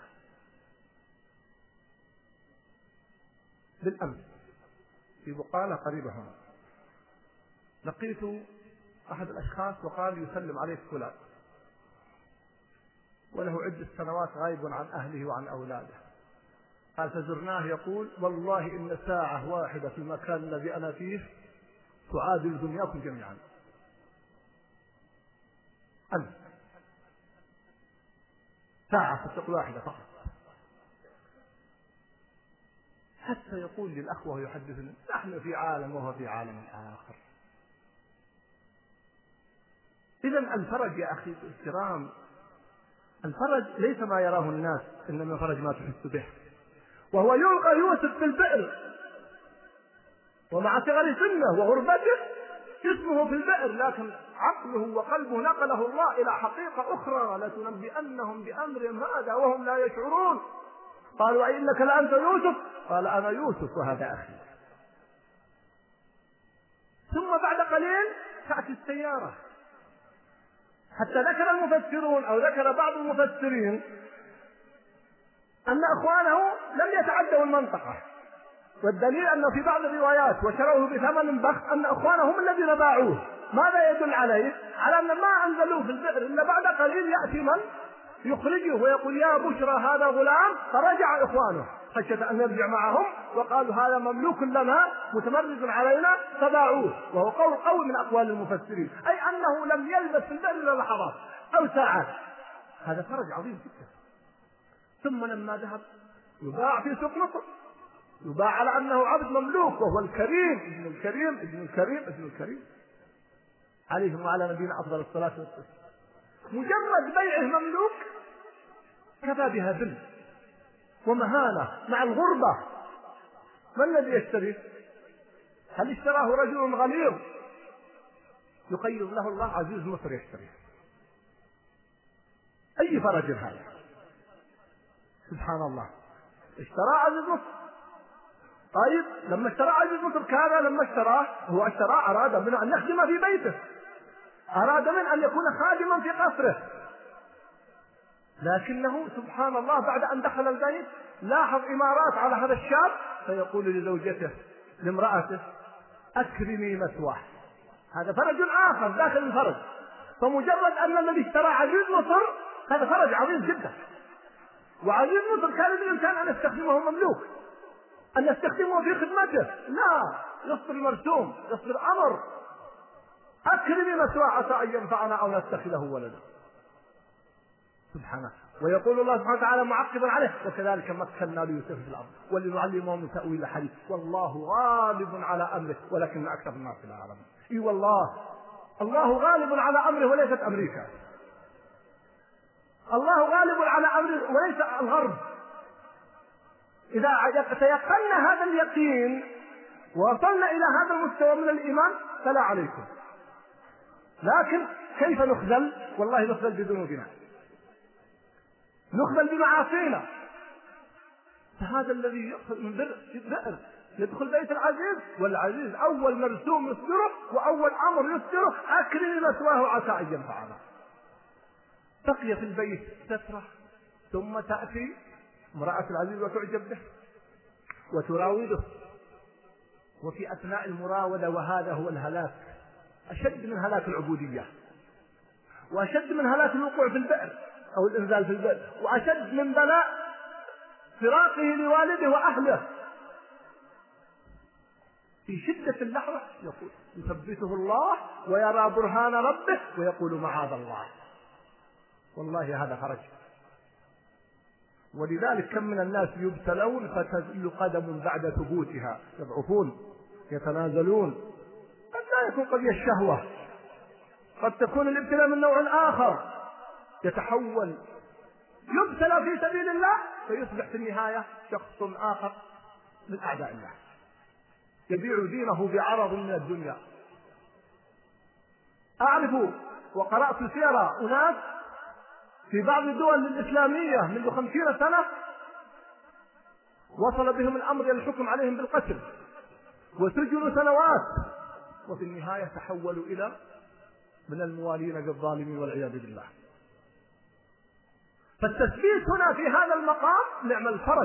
بالأمس في بقالة قريبة هنا لقيت أحد الأشخاص وقال يسلم عليك فلان، وله عدة سنوات غائب عن أهله وعن أولاده. قال فزرناه يقول والله إن ساعة واحدة في المكان الذي أنا فيه تعادل دنياكم جميعا. أنت ساعة فتق واحدة فقط. حتى يقول للأخوة يحدثون نحن في عالم وهو في عالم آخر. إذن الفرج يا أخي الكرام، الفرج ليس ما يراه الناس، إنما الفرج ما تحس به. وهو يلقى يوسف في البئر ومع صغر سنه وغربته جسمه في البئر، لكن عقله وقلبه نقله الله إلى حقيقة أخرى لتنبئنهم بأمر هذا وهم لا يشعرون. قالوا أئنك لأنت يوسف؟ قال أنا يوسف وهذا أخي. ثم بعد قليل تأتي السيارة، حتى ذكر المفسرون أو ذكر بعض المفسرين أن أخوانه لم يتعدوا المنطقة، والدليل أنه في بعض الروايات وشروه بثمن بخس أن أخوانه هم الذين باعوه. ماذا يدل عليه؟ على أن ما أنزلوه في البئر إلا بعد قليل يأتي من يخرجه ويقول يا بشرى هذا غلام، فرجع إخوانه خشية أن يرجع معهم وقالوا هذا مملوك لنا متمرد علينا فباعوه، وهو قول قوي من أقوال المفسرين، أي أنه لم يلبث في البئر إلا لحظات أو ساعات. هذا فرج عظيم جدا. ثم لما ذهب يباع في سوق مصر، يباع على أنه عبد مملوك وهو الكريم ابن الكريم ابن الكريم ابن الكريم عليهم وعلى نبينا أفضل الصلاة والسلام. مجرد بيعه مملوك كفى بها ذل ومهانة مع الغربة. ما الذي يشتريه؟ هل اشتراه رجل غليظ يقيض له الله عزيز مصر يشتريه؟ أي فرج هذا؟ سبحان الله، اشترى عزيز مصر. طيب لما اشترى عزيز مصر كان لما اشتراه هو اشتراه أراد منه أن يخدم في بيته، أراد منه أن يكون خادما في قصره، لكنه سبحان الله بعد أن دخل البيت لاحظ إمارات على هذا الشاب، فيقول لزوجته لامرأته أكرمي مثواه. هذا فرج آخر داخل الفرج. فمجرد أن الذي اشترى عزيز مصر هذا فرج عظيم جدا. وعزيز مصر كان بالإمكان أن يستخدمه مملوك، أن يستخدمه في خدمته، لا، يصدر مرسوم، يصدر أمر أكرمي مثواه عسى أن ينفعنا أو نتخذه ولدا. سبحانه. ويقول الله سبحانه وتعالى معقبا عليه: وكذلك مكنا ليوسف في الارض ولنعلمه من تاويل الحديث والله غالب على امره ولكن اكثر الناس لا يعلمون. اي والله الله غالب على امره وليست امريكا. الله غالب على امره وليس الغرب. اذا تيقنا هذا اليقين ووصلنا الى هذا المستوى من الايمان فلا عليكم. لكن كيف نخذل؟ والله نخذل بذنوبنا، نخذل بمعاصينا. فهذا الذي يأخذ من بئر يدخل بيت العزيز، والعزيز أول مرسوم يصدره وأول أمر يصدره: أكرم مثواه عسى أن ينفعنا. بقي في البيت فترة ثم تأتي امرأة العزيز وتعجب به وتراوده، وفي أثناء المراودة، وهذا هو الهلاك أشد من هلاك العبودية، وأشد من هلاك الوقوع في البئر أو الإنزال في البئر، وأشد من بلاء فراقه لوالده وأهله. في شدة اللحظة يقول يثبته الله ويرى برهان ربه ويقول معاذ الله. والله هذا فرج. ولذلك كم من الناس يبتلون فتزل قدم بعد ثبوتها، يضعفون يتنازلون. قد لا يكون قضية الشهوة، قد تكون الابتلاء من نوع آخر، يتحول يبتلى في سبيل الله فيصبح في النهاية شخص آخر من أعداء الله، يبيع دينه بعرض من الدنيا. أعرف وقرأت سيرة أناس في بعض الدول الإسلامية منذ خمسين سنة وصل بهم الأمر إلى الحكم عليهم بالقتل وسجنوا سنوات، وفي النهاية تحولوا إلى من الموالين بالظالمين والعياذ بالله. فالتثبيت هنا في هذا المقام نعم الفرج.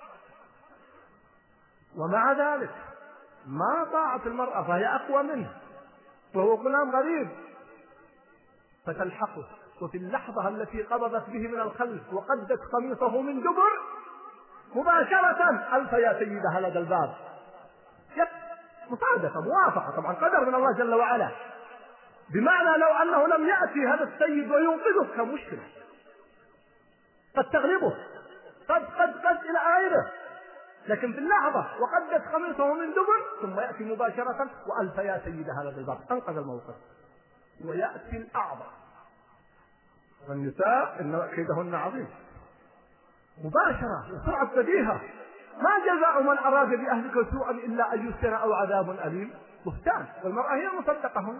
ومع ذلك ما طاعت المرأة فهي أقوى منه وهو غلام غريب فتلحقه، وفي اللحظة التي قبضت به من الخلف وقدت قميصه من دبر مباشرة ألف يا سيدها لدى الباب. مصادفة موافقة طبعا قدر من الله جل وعلا، بمعنى لو أنه لم يأتي هذا السيد وينقذه كان مشكلة، قد تغلبه قد قد قد إلى آخره، لكن في اللحظة وقدت قميصه من دبر ثم يأتي مباشرة وألف يا سيدها لدى الباب، أنقذ الموقف. ويأتي الأعظم، والنساء إن كيدهن عظيم، مباشرة وسرعة بديهة. ما جزاء من أراد بأهلك سوءا إلا أن يسجن أو عذاب أليم. بهتان، والمرأة هي المصدقة هنا.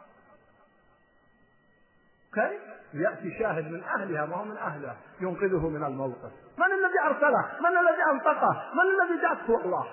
كيف يأتي شاهد من أهلها ما هو من أهلها ينقذه من الموقف؟ من الذي أرسله؟ من الذي أنطقه؟ من الذي جاءته؟ الله.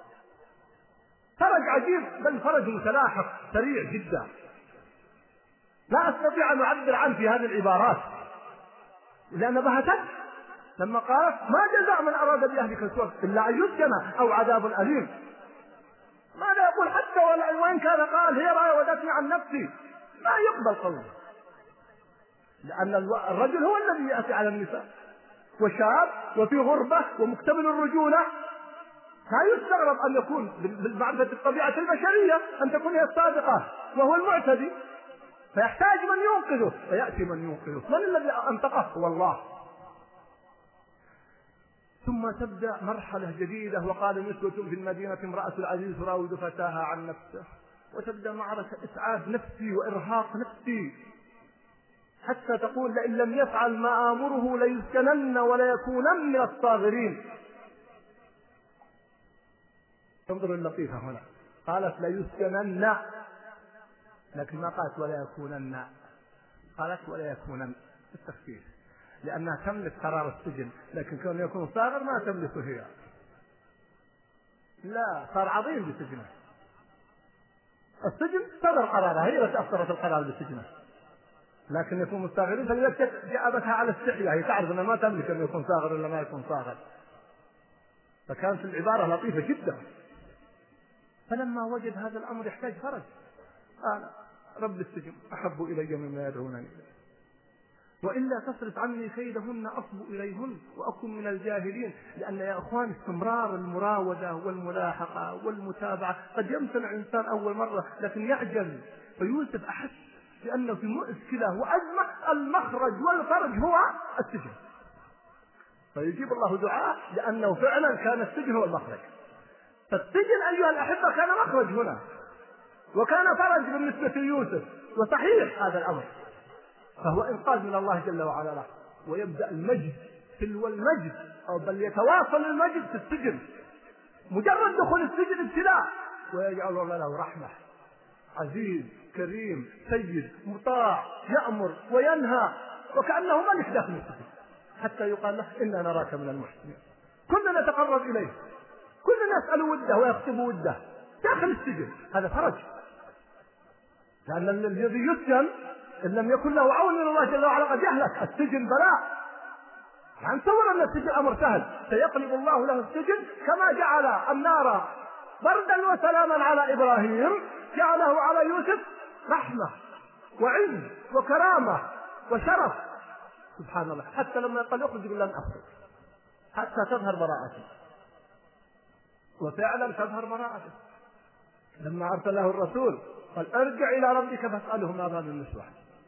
فرج عجيب، بل فرج متلاحق سريع جدا لا أستطيع أن أعبر عنه في هذه العبارات لأن بهتت لما قال ما جزاء من أراد بأهلك سوءا إلا أن يسجن أو عذاب أليم. ماذا يقول؟ حتى وإن كان قال هي راودتني عن نفسي ما يقبل قوله، لأن الرجل هو الذي يأتي على النساء وشاب وفي غربة ومكتمل الرجولة، لا يستغرب أن يكون بالمعرفة الطبيعة البشرية أن تكون هي الصادقة وهو المعتدي، فيحتاج من ينقذه فيأتي من ينقذه. من الذي أنطقه؟ هو الله. ثم تبدأ مرحلة جديدة. وقال نسوة في المدينة امرأة العزيز تراود فتاها عن نفسه، وتبدأ معركة إسعاف نفسي وإرهاق نفسي حتى تقول لئن لم يفعل ما آمره ليسكنن وليكونن من الصاغرين. انظروا اللطيفة هنا، قالت ليسكنن لكن ما قالت ولا يكونن، قالت ولا يكونن التخفيف، لأنها تملك قرار السجن، لكن كون يكون صاغر ما تملكه هي. لا، صار عظيم بسجنه. السجن صدر قرارها، هي التي أصدرت القرار بسجنه، لكن يكون مستغرين فلذلك جاءبتها على استحياء، هي تعرف أنها ما تملك أن يكون صاغر ولا ما يكون صاغر، فكانت العبارة لطيفة جدا. فلما وجد هذا الأمر يحتاج فرج قال رب السجن أحب إلي مما يدعونني إليه، وإلا تصرف عني كيدهن أصب إليهن وأكن من الجاهلين. لأن يا أخوان استمرار المراودة والملاحقة والمتابعة قد يمتنع إنسان أول مرة لكن يعجل، فيوسف أحس بأنه في مشكلة وأزمة، المخرج والفرج هو السجن. فيجيب الله دعاء لأنه فعلا كان السجن هو المخرج. فالسجن أيها الأحبة كان مخرج هنا، وكان فرج بالنسبة ليوسف، وصحيح هذا الأمر، فهو إنقاذ من الله جل وعلا له، ويبدأ المجد تلو المجد، أو بل يتواصل المجد في السجن. مجرد دخول السجن ابتلاء، ويجعل الله له رحمة، عزيز كريم سيد مطاع، يأمر وينهى، وكأنه ملك داخل السجن، حتى يقال له إنا نراك من المحسنين. كلنا نتقرب إليه، كلنا نسأل وده ويكتب وده داخل السجن. هذا فرج، لأن الذي يسجن إن لم يكن له عون من الله جل وعلا قد يهلك. السجن بلاء، يعني نتصور أن السجن أمر سهل، سيقلب الله له السجن كما جعل النار بردا وسلاما على إبراهيم، جعله على يوسف رحمة وعز وكرامة وشرف. سبحان الله، حتى لما يقول يخرج يقول لن أخرج حتى تظهر براءته، وفعلا تظهر براءته. لما أرسله الرسول قال ارجع إلى ربك فاسأله ما بال النسوة.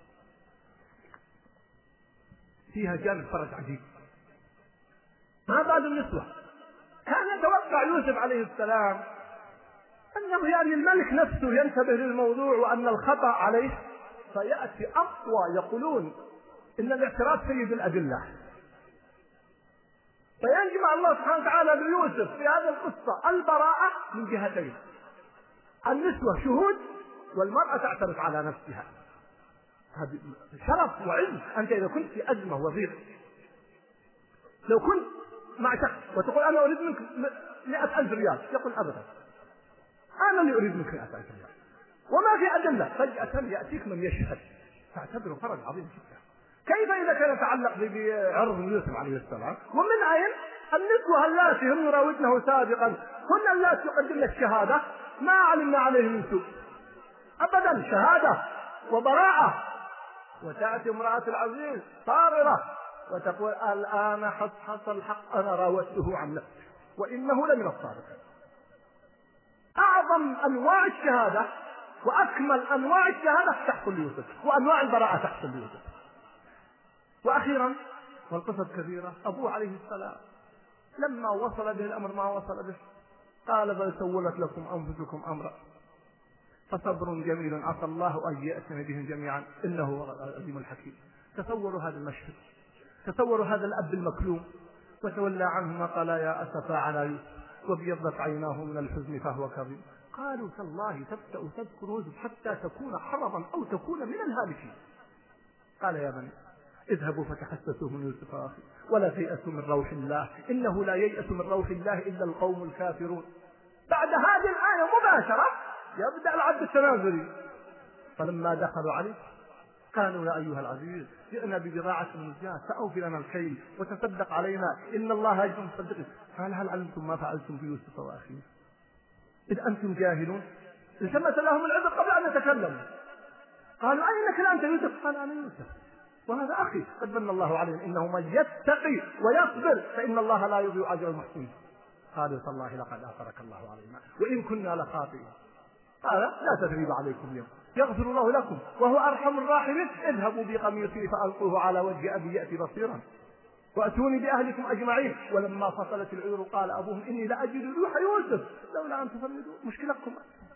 فيها جانب فرج عجيب. ما بال النسوة؟ كان يتوقع يوسف عليه السلام أنه يعني الملك نفسه ينتبه للموضوع وأن الخطأ عليه، فيأتي أقوى، يقولون إن الاعتراف سيد الأدلة، فينجمع الله سبحانه وتعالى ليوسف في هذه القصة البراءة من جهتين: النسوة شهود، والمرأة تعترف على نفسها. هذا شرف وعز. أنت إذا كنت في أزمة وضيق، لو كنت مع شخص وتقول أنا أريد منك مئة ألف ريال، يقول أبدا أنا اللي أريد منك مئة ألف ريال، وما في أدلة، فجأة يأتيك من يشهد، تعتبره فرج عظيم جدا. كيف إذا كان يتعلق بعرض يوسف عليه السلام؟ ومن أين؟ النسوة اللاتي هم يراودنه سابقا هن اللاتي يقدمن الشهادة، ما علمنا عليه من سوء أبدا، شهادة وبراءة. وتأتي امرأة العزيز صابرة وتقول الآن حصحص الحق أنا راودته عن نفسه وإنه لمن الصادقين. أعظم أنواع الشهادة وأكمل أنواع الشهادة تحصل ليوسف، وأنواع البراءة تحصل ليوسف. وأخيرا، والقصة كثيرة، أبوه عليه السلام لما وصل به الأمر ما وصل به قال بل سولت لكم أنفسكم أمرا فصبر جميل عسى الله أن يأتنا بهم جميعا إنه هو العليم الحكيم. تصوروا هذا المشهد، تصوروا هذا الأب المكلوم، وتولى عنهما قال يا أسفا على يوسف وابيضت عيناه من الحزن فهو كظيم. قالوا تالله تبدأ تذكر يوسف حتى تكون حرضا أو تكون من الهالكين. قال يا بني اذهبوا فتحسسوا من يوسف أخي ولا تيأسوا من روح الله إنه لا ييأس من روح الله إلا القوم الكافرون. بعد هذه الآية مباشرة يبدأ العد التنازلي. فلما دخلوا عليه قالوا يا أيها العزيز جئنا ببضاعة مزجاة فأوفي لنا الكيل وتصدق علينا إن الله يجزي المتصدقين. قال هل علمتم ما فعلتم بيوسف وأخيه إذ أنتم جاهلون؟ التمس لهم العذر قبل أن يتكلموا. قالوا أينك أنت يوسف؟ قال أنا يوسف وهذا أخي قد من الله عليهم إنه من يتقي ويصبر فإن الله لا يضيع أجر المحسنين. قالوا تالله لقد آثرك الله علينا وإن كنا لخاطئين. قال لا تثريب عليكم اليوم يغفر الله لكم وهو أرحم الراحمين اذهبوا بقميصي فألقوه على وجه أبي يأتي بصيرا وأتوني بأهلكم أجمعين. ولما فصلت العير قال أبوهم إني لأجد روح يوسف لولا أن تفندون. مشكلتكم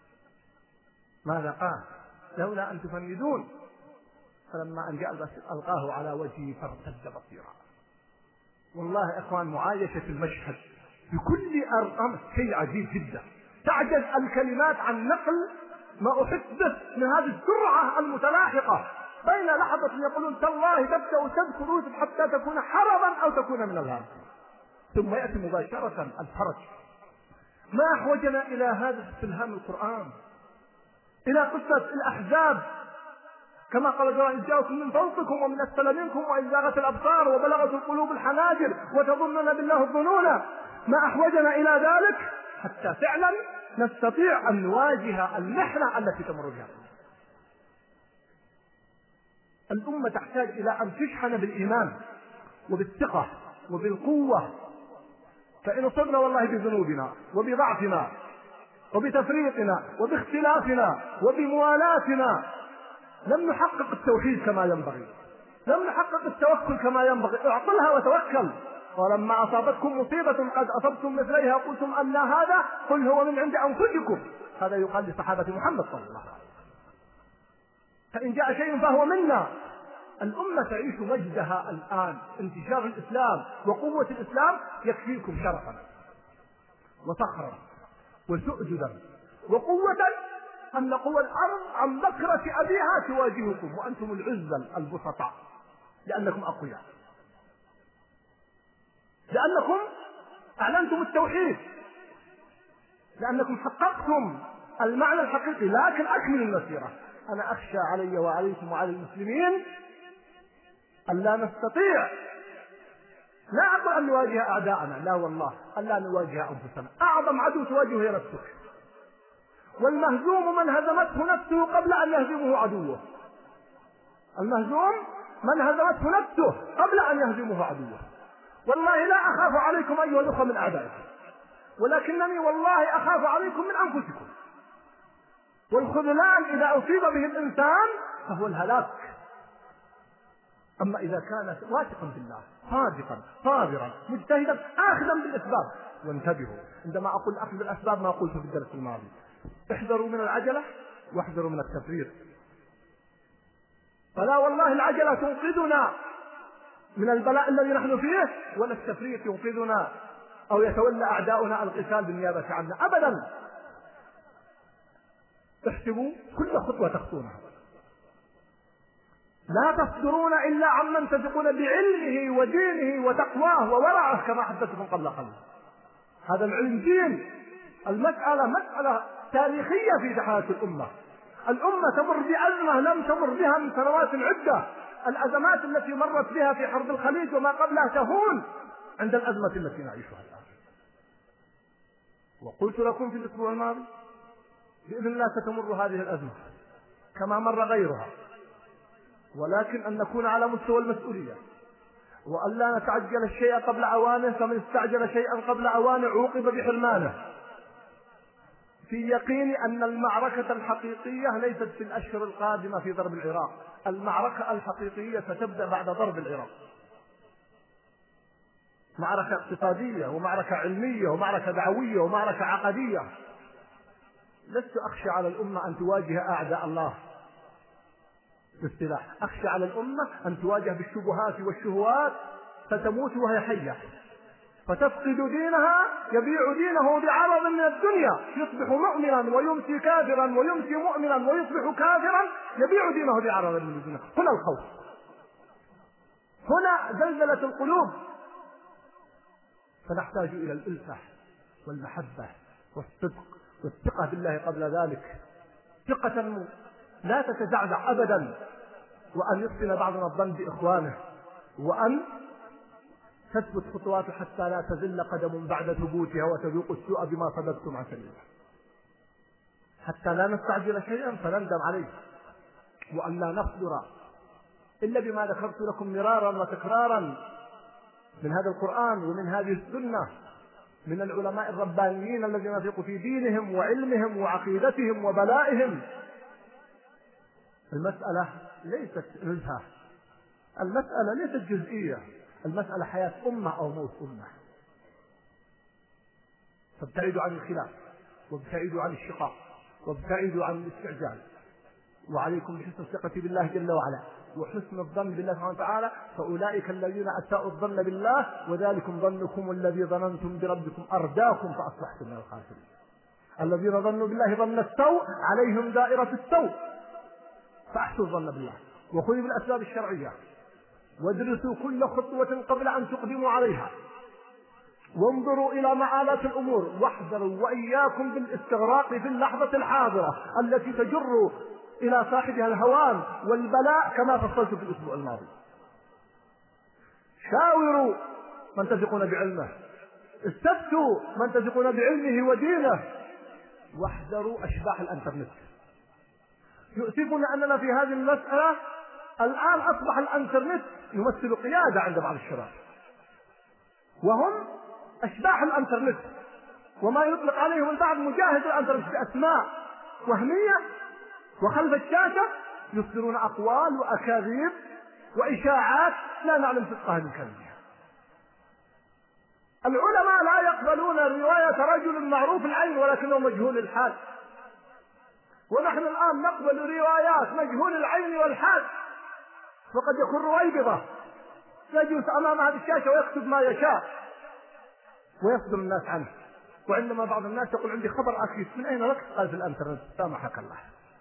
ماذا قال؟ لولا أن تفندون. فلما أن جاء البصير ألقاه على وجهه فارتد بصيرا. والله إخوان معايشة المشهد بكل أرقام شيء عجيب جدا، تعجز الكلمات عن نقل ما أحس به من هذه السرعة المتلاحقة بين لحظة يقولون تالله تبدأ تذكر يوسف حتى تكون حرضا أو تكون من الهام، ثم يأتي مباشرة الفرج. ما أحوجنا إلى هذا استلهام القرآن، إلى قصة الأحزاب كما قال إذ جاءكم من فوقكم ومن أسفل منكم وإذ زاغت الأبصار وبلغت القلوب الحناجر وتظنون بالله الظنون. ما أحوجنا إلى ذلك حتى فعلا نستطيع أن نواجه المحنة التي تمر بها الأمة. تحتاج إلى أن تشحن بالإيمان وبالثقة وبالقوة. فإن صرنا والله بذنوبنا وبضعفنا وبتفريطنا وباختلافنا وبموالاتنا لم نحقق التوحيد كما ينبغي، لم نحقق التوكل كما ينبغي. اعقلها وتوكل ولما أصابتكم مصيبة قد أصبتم مثليها قلتم أن هذا قل هو من عند أنفسكم. هذا يقال لصحابة محمد صلى الله عليه وسلم. فإن جاء شيء فهو منا. الأمة تعيش مجدها الآن، انتشار الإسلام وقوة الإسلام يكفيكم شرفا وفخرا وسؤددا وقوة أن قوى الأرض عن بكرة أبيها تواجهكم وأنتم العزل البسطاء، لأنكم أقوياء، لأنكم أعلنتم التوحيد، لأنكم حققتم المعنى الحقيقي. لكن أكمل المسيرة. أنا أخشى علي وعليكم وعلى المسلمين أن لا نستطيع، لا أقول أن نواجه أعداءنا، لا والله، أن لا نواجه أنفسنا. أعظم عدو تواجهه هي نفسك، والمهزوم من هزمته نفسه قبل أن يهزمه عدوه. المهزوم من هزمته نفسه قبل أن يهزمه عدوه. والله لا أخاف عليكم أيها الأخوة من أعدائكم، ولكنني والله أخاف عليكم من أنفسكم. والخذلان إذا أصيب به الإنسان فهو الهلاك. أما إذا كان واثقا بالله، صادقا صابرا مجتهدا آخذا بالأسباب. وانتبهوا، عندما أقول أخذ بالأسباب ما قلت في الدرس الماضي، احذروا من العجلة واحذروا من التفريط. فلا والله العجلة تنقذنا من البلاء الذي نحن فيه، ولا التفريط ينقذنا أو يتولى أعداؤنا القتال بالنيابة عنا أبدا. احسبوا كل خطوة تخطونها. لا تصدرون إلا عمن تثقون بعلمه ودينه وتقواه وورعه كما حدثتكم قبل قليل. هذا العلم دين. المسألة مسألة تاريخية في حياة الأمة. الأمة تمر بأزمة لم تمر بها من سنوات عدة. الأزمات التي مرت بها في حرب الخليج وما قبلها تهون عند الأزمة التي نعيشها الآن. وقلت لكم في الأسبوع الماضي بإذن الله ستمر هذه الأزمة كما مر غيرها، ولكن أن نكون على مستوى المسؤولية، وأن لا نتعجل الشيء قبل أوانه، فمن استعجل شيئا قبل أوانه عوقب بحرمانه. في يقين أن المعركة الحقيقية ليست في الأشهر القادمة في ضرب العراق، المعركة الحقيقية ستبدأ بعد ضرب العراق. معركة اقتصادية ومعركة علمية ومعركة دعوية ومعركة عقدية. لست أخشى على الأمة أن تواجه أعداء الله بالسلاح، أخشى على الأمة أن تواجه بالشبهات والشهوات فتموت وهي حية، فتفقد دينها، يبيع دينه بعرض من الدنيا، يصبح مؤمنا ويمسي كافرا ويمسي مؤمنا ويصبح كافرا، يبيع دينه بعرض من الدنيا. هنا الخوف، هنا زلزلة القلوب. فنحتاج إلى الألفة والمحبة والصدق والثقة بالله قبل ذلك، ثقة لا تتزعزع أبدا، وأن يحسن بعضنا الظن بإخوانه، وأن تثبت خطواته حتى لا تزل قدم بعد ثبوتها وتذوق السوء بما صددتم عن سبيله، حتى لا نستعجل شيئا فنندم عليه، وأن لا نصدر إلا بما ذكرت لكم مرارا وتكرارا من هذا القرآن ومن هذه السنة من العلماء الربانيين الذين يثق في دينهم وعلمهم وعقيدتهم وبلائهم. المسألة ليست نزهة، المسألة ليست جزئية، المسألة حياة أمة أو موت أمة. فابتعدوا عن الخلاف، وابتعدوا عن الشقاق، وابتعدوا عن الاستعجال، وعليكم بحسن الثقة بالله جل وعلا وحسن الظن بالله سبحانه وتعالى. فأولئك الذين أساءوا الظن بالله وذلكم ظنكم الذي ظننتم بربكم أرداكم فأصبحتم من الخاسرين. الذين ظنوا بالله ظن السوء عليهم دائرة السوء. فأحسوا الظن بالله وخذوا بالأسباب الشرعية، وادرسوا كل خطوة قبل أن تقدموا عليها، وانظروا إلى معالات الأمور، واحذروا وإياكم بالاستغراق في اللحظة الحاضرة التي تجر إلى صاحبها الهوان والبلاء كما فصلت في الأسبوع الماضي. شاوروا من تثقون بعلمه، استفتوا من تثقون بعلمه ودينه، واحذروا أشباح الأنترنت. يؤسفنا أننا في هذه المسألة الآن أصبح الأنترنت يمثل قيادة عند بعض الشباب، وهم أشباح الأنترنت، وما يطلق عليهم البعض مجاهد الأنترنت بأسماء وهمية، وخلف الشاشة يصدرون أقوال وأكاذيب وإشاعات لا نعلم صدقها من كلمها. العلماء لا يقبلون رواية رجل معروف العين ولكنه مجهول الحال، ونحن الآن نقبل روايات مجهول العين والحال، وقد يكون رويبضة يجلس أمام هذه الشاشة ويكتب ما يشاء ويصدم الناس عنه. وعندما بعض الناس يقول عندي خبر أخيس، من أين لك؟ قال في الأنترنت. سامحك الله.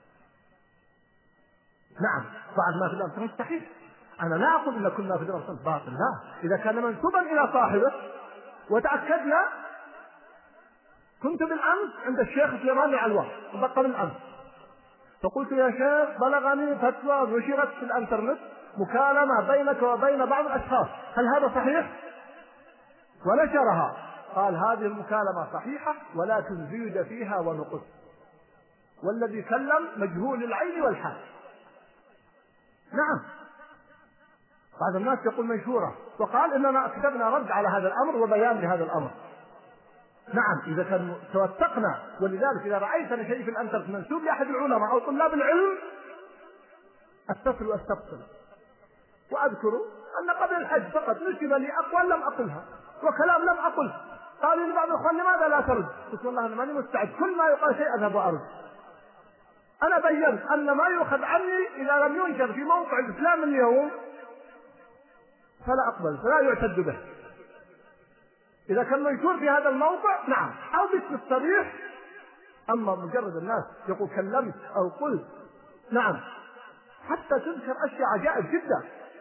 نعم بعد ما في الأنترنت صحيح، أنا لا أقول إن كنا في الأنترنت باطل، لا، إذا كان منسوبا إلى صاحبه. وتأكدنا، كنت بالأمس عند الشيخ سليمان علوان وبقى الأمس، فقلت يا شيخ بلغني فتوى نشرت في الأنترنت مكالمة بينك وبين بعض الأشخاص، هل هذا صحيح؟ ونشرها، قال هذه المكالمة صحيحة ولكن زيد فيها ونقص، والذي كلم مجهول العين والحال. نعم بعض الناس يقول منشورة، وقال إننا كتبنا رد على هذا الأمر وبيان لهذا الأمر. نعم إذا كان توثقنا. ولذلك إذا رأيتنا شيء في الأنترنت منسوب لأحد العلماء أو طلاب العلم أتصل واستفصل. وأذكر أن قبل الحج فقط نسب لي أقوال لم أقلها وكلام لم أقله، قالوا لي بعض الأخوان لماذا لا ترد؟ قلت والله أنا ماني مستعد، كل ما يقال شيء أذهب وأرد. أنا بينت أن ما يؤخذ عني إذا لم ينشر في موقع الإسلام اليوم فلا أقبل، فلا يعتد به. إذا كان منشور في هذا الموقع نعم أو باسم الصريح، أما مجرد الناس يقول كلمت أو قلت، نعم حتى تذكر أشياء عجائب جدا،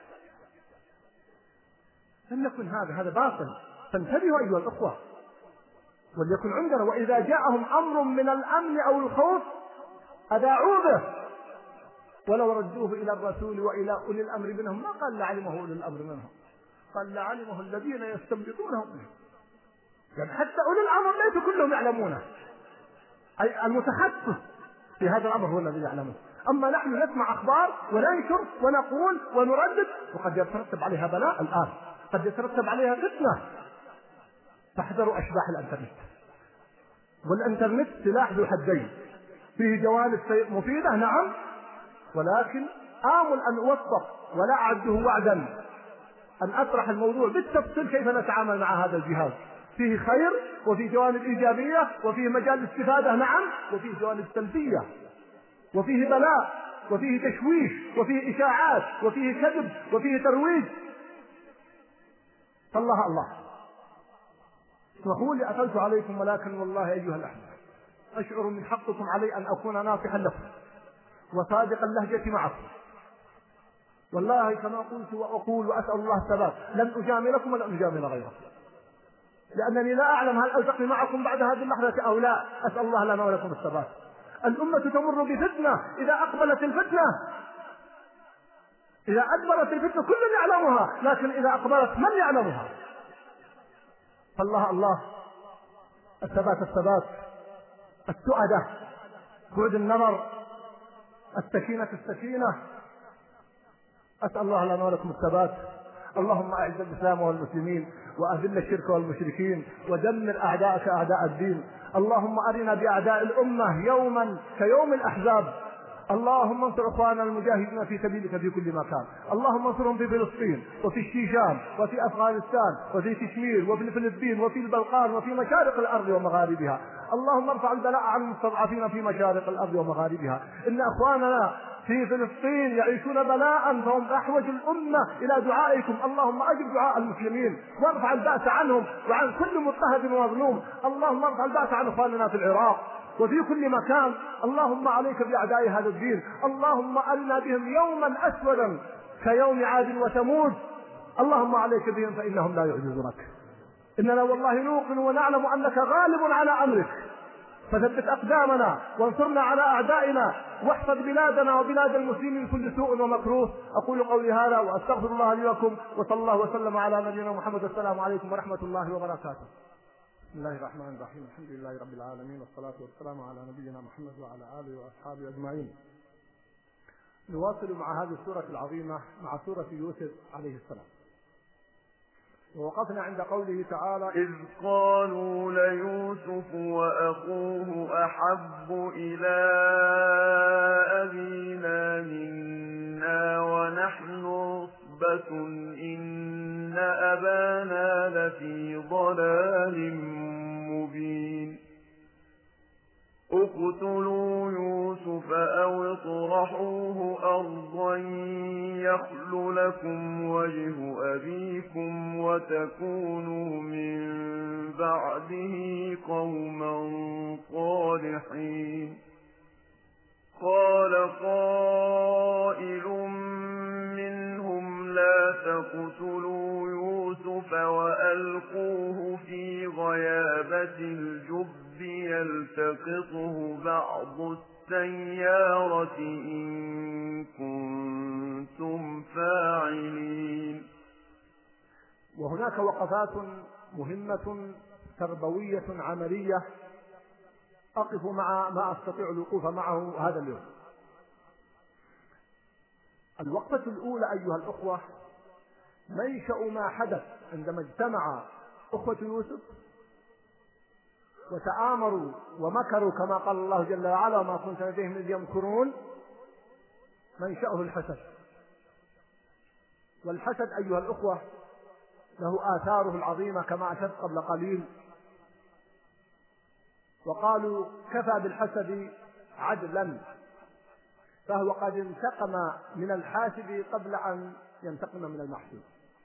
لم يكن هذا هذا باطل. فانتبهوا أيها الأخوة وليكن عندنا. وإذا جاءهم أمر من الأمن أو الخوف أذاعوا به، ولو ردوه إلى الرسول وإلى أولي الأمر منهم ما قال لعلمه أولي الأمر منهم، قال لعلمه الذين يستنبطونه منهم. يعني حتى أولي الأمر ليسوا كلهم يعلمونه، أي المتخصص في هذا الأمر هو الذي يعلمه. أما نحن نسمع أخبار وننشر ونقول ونردد، وقد يترتب عليها بلاء الآن، قد يترتب عليها فتنة. فاحذروا أشباح الإنترنت. والإنترنت سلاح ذو حدين، فيه جوانب مفيدة نعم، ولكن آمل أن أوفق ولا أعده وعدا أن أطرح الموضوع بالتفصيل كيف نتعامل مع هذا الجهاز. فيه خير وفيه جوانب إيجابية وفيه مجال استفادة نعم، وفيه جوانب سلبية، وفيه بلاء وفيه تشويش وفيه إشاعات وفيه كذب وفيه ترويج. فالله الله. اسمحوا لي أقلت عليكم، ولكن والله أيها الأحباب أشعر من حقكم علي أن أكون ناصحا لكم وصادق اللهجة معكم. والله كما قلت وأقول وأسأل الله الثبات، لن أجاملكم ولن أجامل غيركم، لأنني لا أعلم هل ألتقي معكم بعد هذه اللحظة أو لا. أسأل الله لنا ولكم الثبات. الأمة تمر بفتنة، إذا أقبلت الفتنة إذا أدبرت الفتنة كل يعلمها، لكن إذا أقبلت من يعلمها؟ فالله الله. الثبات الثبات، السؤدة، بعد النظر، السكينة السكينة. أسأل الله لنا ولكم الثبات. اللهم أعز الإسلام والمسلمين وأذل الشرك والمشركين ودمر أعداءك أعداء الدين. اللهم أرنا بأعداء الأمة يوما كيوم الأحزاب. اللهم انصر اخواننا المجاهدين في سبيلك في كل مكان. اللهم انصرهم في فلسطين وفي الشيشان وفي افغانستان وفي كشمير وفي الفلبين وفي البلقان وفي مشارق الارض ومغاربها. اللهم ارفع البلاء عن المستضعفين في مشارق الارض ومغاربها. ان اخواننا في فلسطين يعيشون بلاء فهم احوج الامه الى دعائكم. اللهم اجب دعاء المسلمين وارفع الباس عنهم وعن كل مضطهد ومظلوم. اللهم ارفع الباس عن اخواننا في العراق وفي كل مكان. اللهم عليك بأعداء هذا الدين. اللهم أرنا بهم يوما أسودا كيوم عاد وثمود. اللهم عليك بهم فإنهم لا يعجزونك. إننا والله نوقن ونعلم أنك غالب على أمرك، فثبت أقدامنا وانصرنا على أعدائنا واحفظ بلادنا وبلاد المسلمين من كل سوء ومكروه. أقول قولي هذا وأستغفر الله لي ولكم، وصلى الله وسلم على نبينا محمد. السلام عليكم ورحمة الله وبركاته. بسم الله الرحمن الرحيم. الحمد لله رب العالمين، والصلاة والسلام على نبينا محمد وعلى آله وأصحابه أجمعين. نواصل مع هذه السورة العظيمة، مع سورة يوسف عليه السلام. ووقفنا عند قوله تعالى: إذ قالوا ليوسف وأخوه أحب إلى أبينا منا ونحن عصبة إن أبانا لفي ضلال يخل لكم وجه أبيكم وتكونوا من بعده قوما صالحين. قال قائل منهم لا تقتلوا يوسف وألقوه في غيابة الجب يلتقطه بعض السيارة إن كنتم فاعلين. وهناك وقفات مهمة تربوية عملية أقف مع ما أستطيع الوقوف معه هذا اليوم. الوقفة الأولى أيها الأخوة منشأ ما حدث عندما اجتمع أخوة يوسف وتآمروا ومكروا كما قال الله جل وعلا وما كنت لديهم إذ يمكرون. منشأه الحسد، والحسد أيها الأخوة له آثاره العظيمة كما أشرت قبل قليل، وقالوا كفى بالحسد عدلا، فهو قد انتقم من الحاسد قبل أن ينتقم من المحسود.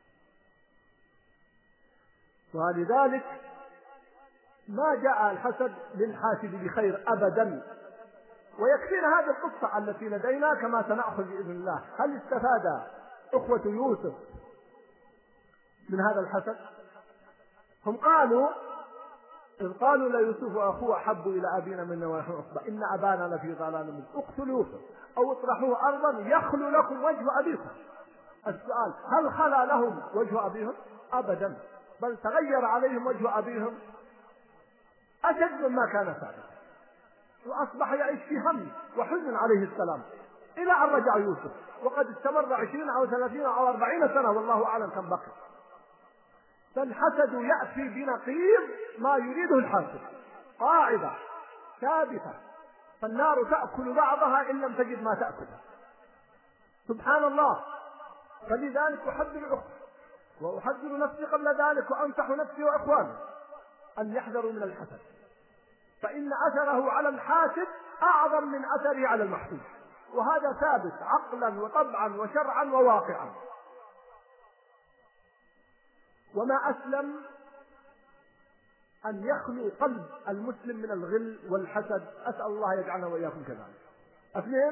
ولذلك ما جاء الحسد للحاسد بخير أبدا. ويكفينا هذه القصة التي لدينا كما سنأخذ بإذن الله. هل استفاد أخوة يوسف من هذا الحسد؟ هم قالوا إذ قالوا ليوسف وأخوه أحب إلى أبينا منا ونحن عصبة إن أبانا لفي ضلال مبين اقتلوا يوسف أو اطرحوه أرضا يخل لكم وجه أبيكم. السؤال هل خلا لهم وجه أبيهم؟ أبدا، بل تغير عليهم وجه أبيهم أشد مما كان سابقا، وأصبح يعيش في هم وحزن عليه السلام إلى أن رجع يوسف، وقد استمر عشرين أو ثلاثين أو أربعين سنة والله أعلم كم بقي. فالحسد يأتي بنقيض ما يريده الحاسد، قاعدة ثابتة، فالنار تأكل بعضها إن لم تجد ما تأكل. سبحان الله. فلذلك أحذر الأخوة وأحذر نفسي قبل ذلك وأنصح نفسي وإخواني أن يحذروا من الحسد، فإن أثره على الحاسد أعظم من أثره على المحسود، وهذا ثابت عقلا وطبعا وشرعا وواقعا. وما أسلم أن يخلو قلب المسلم من الغل والحسد. أسأل الله يجعلنا وإياكم كذلك. اثنين،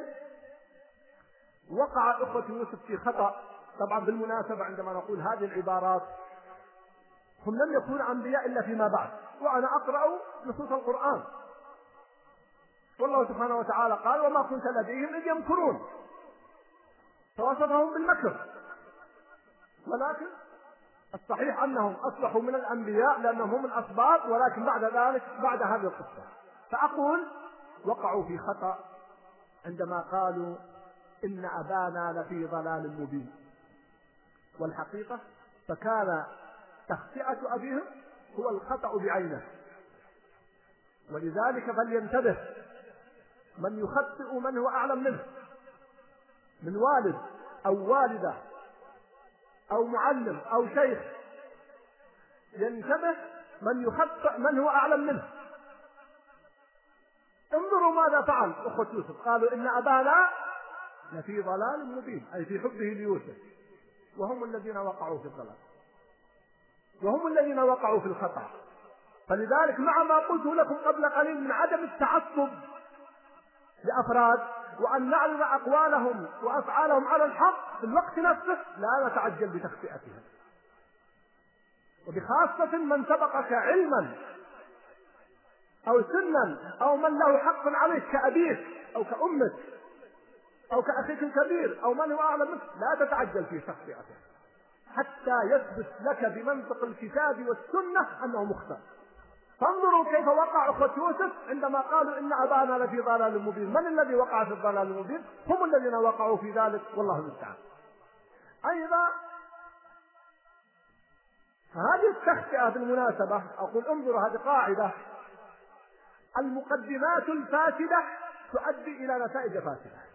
وقع أخوة يوسف في خطأ. طبعا بالمناسبة عندما نقول هذه العبارات هم لم يكونوا أنبياء إلا فيما بعد، وأنا أقرأ نصوص القرآن، والله سبحانه وتعالى قال وما كنت لديهم إذ يمكرون، فوصفهم بالمكر. ولكن الصحيح أنهم أصبحوا من الأنبياء لأنهم هم الأسباط، ولكن بعد ذلك بعد هذه القصة فأقول وقعوا في خطأ عندما قالوا إن أبانا لفي ضلال مبين. والحقيقة فكان تخطئة أبيهم هو الخطأ بعينه. ولذلك فلينتبه من يخطئ من هو أعلم منه من والد أو والدة أو معلم أو شيخ، ينتبه من يخطئ من هو أعلم منه. انظروا ماذا فعل أخوة يوسف، قالوا إن أبانا لفي ضلال مبين، أي في حبه ليوسف، وهم الذين وقعوا في الضلال وهم الذين وقعوا في الخطأ. فلذلك مع ما قلت لكم قبل قليل من عدم التعصب لأفراد وأن نعرض أقوالهم وأفعالهم على الحق، في الوقت نفسه لا نتعجل بتخطئتهم، وبخاصة من سبقك علما أو سنا أو من له حق عليك كأبيك أو كأمك أو كأخيك الكبير أو من هو أعلم منك، لا تتعجل في تخطئته حتى يثبت لك بمنطق الكتاب والسنة أنه مخطئ. فانظروا كيف وقع أخوة يوسف عندما قالوا إن أبانا لفي ضلال مبين. من الذي وقع في الضلال المبين؟ هم الذين وقعوا في ذلك، والله المستعان. أيضا هذه التخطئة بالمناسبة أقول انظروا هذه قاعدة، المقدمات الفاسدة تؤدي إلى نتائج فاسدة.